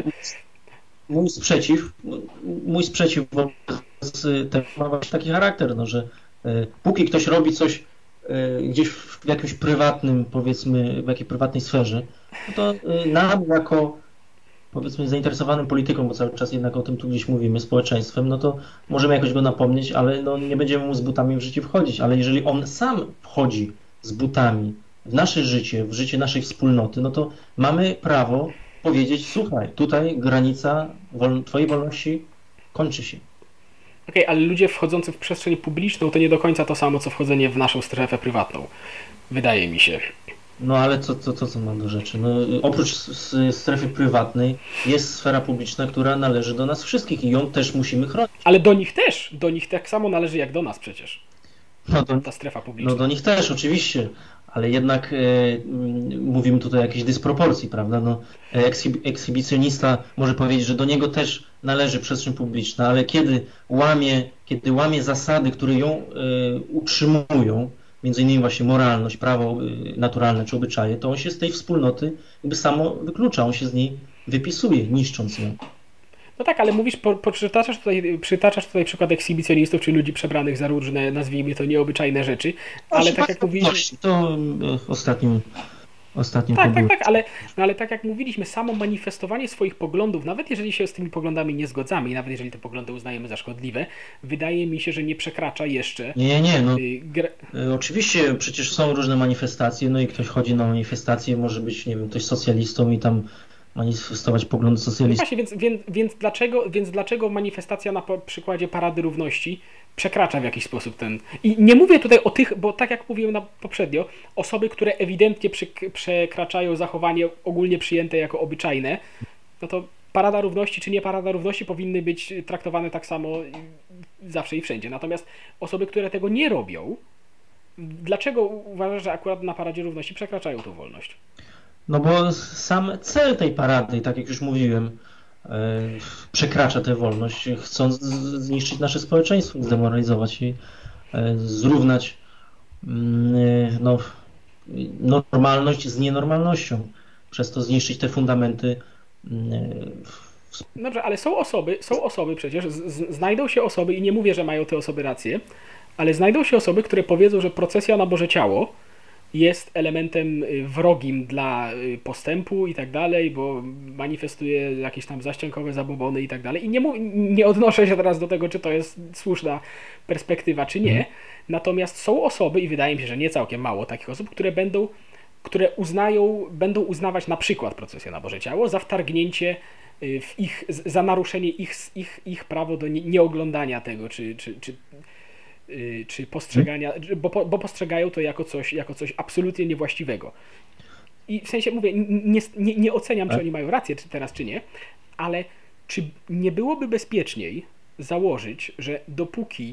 Mój sprzeciw, mój sprzeciw wobec tego ma właśnie taki charakter, no, że póki ktoś robi coś gdzieś w jakimś prywatnym, powiedzmy, w jakiej prywatnej sferze, no to nam jako, powiedzmy, zainteresowanym polityką, bo cały czas jednak o tym tu gdzieś mówimy, społeczeństwem, no to możemy jakoś go napomnieć, ale no nie będziemy mu z butami w życie wchodzić. Ale jeżeli on sam wchodzi z butami w nasze życie, w życie naszej wspólnoty, no to mamy prawo powiedzieć, słuchaj, tutaj granica wol- twojej wolności kończy się.
Okej, okay, ale ludzie wchodzący w przestrzeń publiczną to nie do końca to samo, co wchodzenie w naszą strefę prywatną. Wydaje mi się.
No ale co, co, co, co mam do rzeczy? No, oprócz strefy prywatnej jest sfera publiczna, która należy do nas wszystkich i ją też musimy chronić.
Ale do nich też, do nich tak samo należy jak do nas przecież.
No do,
ta strefa publiczna.
No do nich też, oczywiście, ale jednak e, mówimy tutaj o jakiejś dysproporcji, prawda? No, ekshib- ekshibicjonista może powiedzieć, że do niego też należy przestrzeń publiczna, ale kiedy łamie, kiedy łamie zasady, które ją e, utrzymują, między innymi właśnie moralność, prawo naturalne czy obyczaje, to on się z tej wspólnoty jakby samo wyklucza, on się z niej wypisuje, niszcząc ją.
No tak, ale mówisz, po, po, przytaczasz, tutaj, przytaczasz tutaj przykład ekshibicjonistów, czy ludzi przebranych za różne, nazwijmy to, nieobyczajne rzeczy, ale
Właśnie,
tak jak mówiliśmy...
To ostatnim... Ostatnim
tak, tak, tak, ale, no ale tak jak mówiliśmy, samo manifestowanie swoich poglądów, nawet jeżeli się z tymi poglądami nie zgadzamy i nawet jeżeli te poglądy uznajemy za szkodliwe, wydaje mi się, że nie przekracza jeszcze...
Nie, nie, nie, no
y, gra...
oczywiście przecież są różne manifestacje, no i ktoś chodzi na manifestację, może być, nie wiem, ktoś socjalistą i tam manifestować poglądy socjalistyczne.
No właśnie, więc, więc, więc, dlaczego, więc dlaczego manifestacja na przykładzie Parady Równości przekracza w jakiś sposób ten... I nie mówię tutaj o tych, bo tak jak mówiłem na poprzednio, osoby, które ewidentnie przy, przekraczają zachowanie ogólnie przyjęte jako obyczajne, no to Parada Równości czy nie Parada Równości powinny być traktowane tak samo zawsze i wszędzie. Natomiast osoby, które tego nie robią, dlaczego uważasz, że akurat na Paradzie Równości przekraczają tą wolność?
No bo sam cel tej parady, tak jak już mówiłem, przekracza tę wolność, chcąc zniszczyć nasze społeczeństwo, zdemoralizować i zrównać no, normalność z nienormalnością, przez to zniszczyć te fundamenty.
Dobrze, ale są osoby, są osoby przecież, z, znajdą się osoby i nie mówię, że mają te osoby rację, ale znajdą się osoby, które powiedzą, że procesja na Boże Ciało jest elementem wrogim dla postępu i tak dalej, bo manifestuje jakieś tam zaściankowe zabobony i tak dalej. I nie, mów, nie odnoszę się teraz do tego, czy to jest słuszna perspektywa, czy nie. Natomiast są osoby, i wydaje mi się, że nie całkiem mało takich osób, które będą, które uznają, będą uznawać na przykład procesję na Boże Ciało za wtargnięcie w ich, za naruszenie ich, ich, ich prawo do nie, nieoglądania tego, czy, czy, czy czy postrzegania, bo, bo postrzegają to jako coś, jako coś absolutnie niewłaściwego. I w sensie mówię, nie, nie, nie oceniam, czy oni mają rację czy teraz, czy nie, ale czy nie byłoby bezpieczniej założyć, że dopóki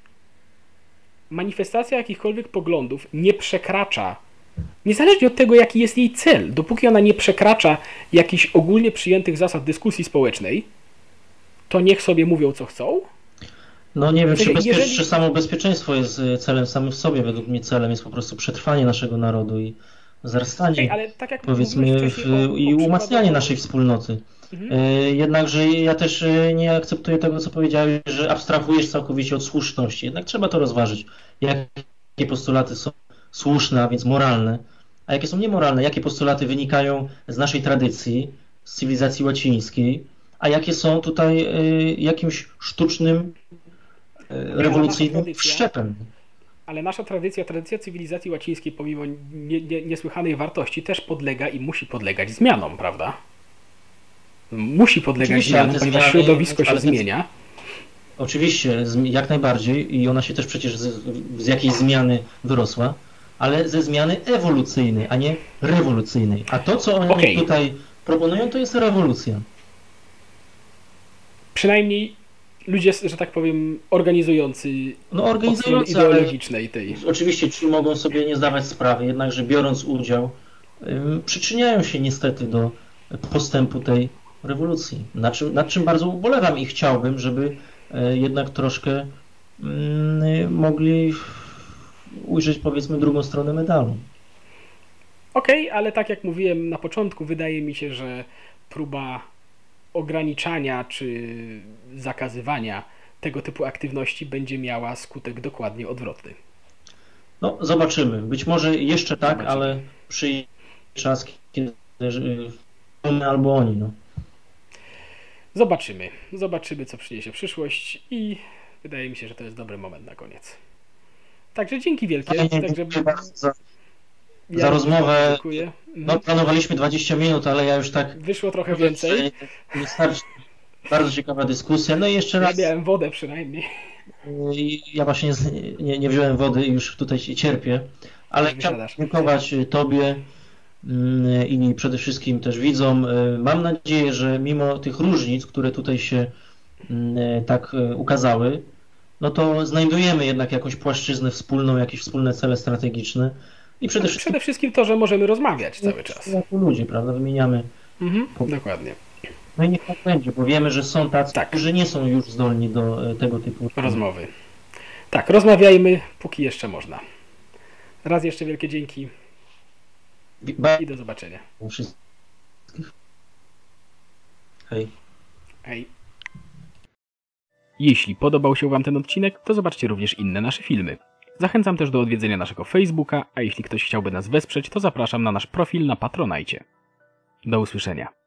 manifestacja jakichkolwiek poglądów nie przekracza, niezależnie od tego, jaki jest jej cel, dopóki ona nie przekracza jakichś ogólnie przyjętych zasad dyskusji społecznej, to niech sobie mówią, co chcą.
No nie wiem, czy, bezpiecz...
jeżeli...
czy samo bezpieczeństwo jest celem samym w sobie. Według mnie celem jest po prostu przetrwanie naszego narodu i wzrastanie, okay, ale tak jak powiedzmy, w... o, i umacnianie o... naszej wspólnoty. Mhm. Jednakże ja też nie akceptuję tego, co powiedziałeś, że abstrahujesz całkowicie od słuszności. Jednak trzeba to rozważyć. Jakie postulaty są słuszne, a więc moralne, a jakie są niemoralne. Jakie postulaty wynikają z naszej tradycji, z cywilizacji łacińskiej, a jakie są tutaj jakimś sztucznym rewolucyjnym wszczepem.
Ale nasza tradycja, tradycja cywilizacji łacińskiej, pomimo nie, nie, niesłychanej wartości, też podlega i musi podlegać zmianom, prawda? Musi podlegać
oczywiście,
zmianom, ponieważ zmiany, środowisko się zmienia.
Oczywiście, jak najbardziej i ona się też przecież z, z jakiejś zmiany wyrosła, ale ze zmiany ewolucyjnej, a nie rewolucyjnej. A to, co oni okay. tutaj proponują, to jest rewolucja.
Przynajmniej ludzie, że tak powiem, organizujący,
no, organizujący
ideologicznej tej.
Oczywiście ci mogą sobie nie zdawać sprawy, jednakże biorąc udział przyczyniają się niestety do postępu tej rewolucji, nad czym, nad czym bardzo ubolewam i chciałbym, żeby jednak troszkę mogli ujrzeć, powiedzmy, drugą stronę medalu.
Okej, okay, ale tak jak mówiłem na początku, wydaje mi się, że próba ograniczania czy zakazywania tego typu aktywności będzie miała skutek dokładnie odwrotny.
No, zobaczymy. Być może jeszcze tak, zobaczymy. Ale przyjdzie czas, kiedy my albo oni. No.
Zobaczymy. Zobaczymy, co przyniesie przyszłość i wydaje mi się, że to jest dobry moment na koniec. Także dzięki wielkie.
Ja nie,
Także...
dziękuję bardzo za,
ja
za rozmowę.
Dziękuję.
No, planowaliśmy dwadzieścia minut, ale ja już tak...
Wyszło trochę więcej.
Nie starczy. Bardzo ciekawa dyskusja. No i jeszcze raz...
Ja miałem wodę przynajmniej.
Ja właśnie nie, nie wziąłem wody i już tutaj cierpię. Ale chciałbym dziękować Tobie i przede wszystkim też widzom. Mam nadzieję, że mimo tych różnic, które tutaj się tak ukazały, no to znajdujemy jednak jakąś płaszczyznę wspólną, jakieś wspólne cele strategiczne. I przede wszystkim,
przede wszystkim to, że możemy rozmawiać cały czas.
Jako ludzie, prawda? Wymieniamy.
Mhm, po... Dokładnie.
No i niech tak będzie, bo wiemy, że są tacy,
tak.
którzy nie są już zdolni do tego typu
rozmowy. Tak, rozmawiajmy, póki jeszcze można. Raz jeszcze wielkie dzięki i do zobaczenia.
Hej.
Hej. Jeśli podobał się Wam ten odcinek, to zobaczcie również inne nasze filmy. Zachęcam też do odwiedzenia naszego Facebooka, a jeśli ktoś chciałby nas wesprzeć, to zapraszam na nasz profil na Patronite. Do usłyszenia.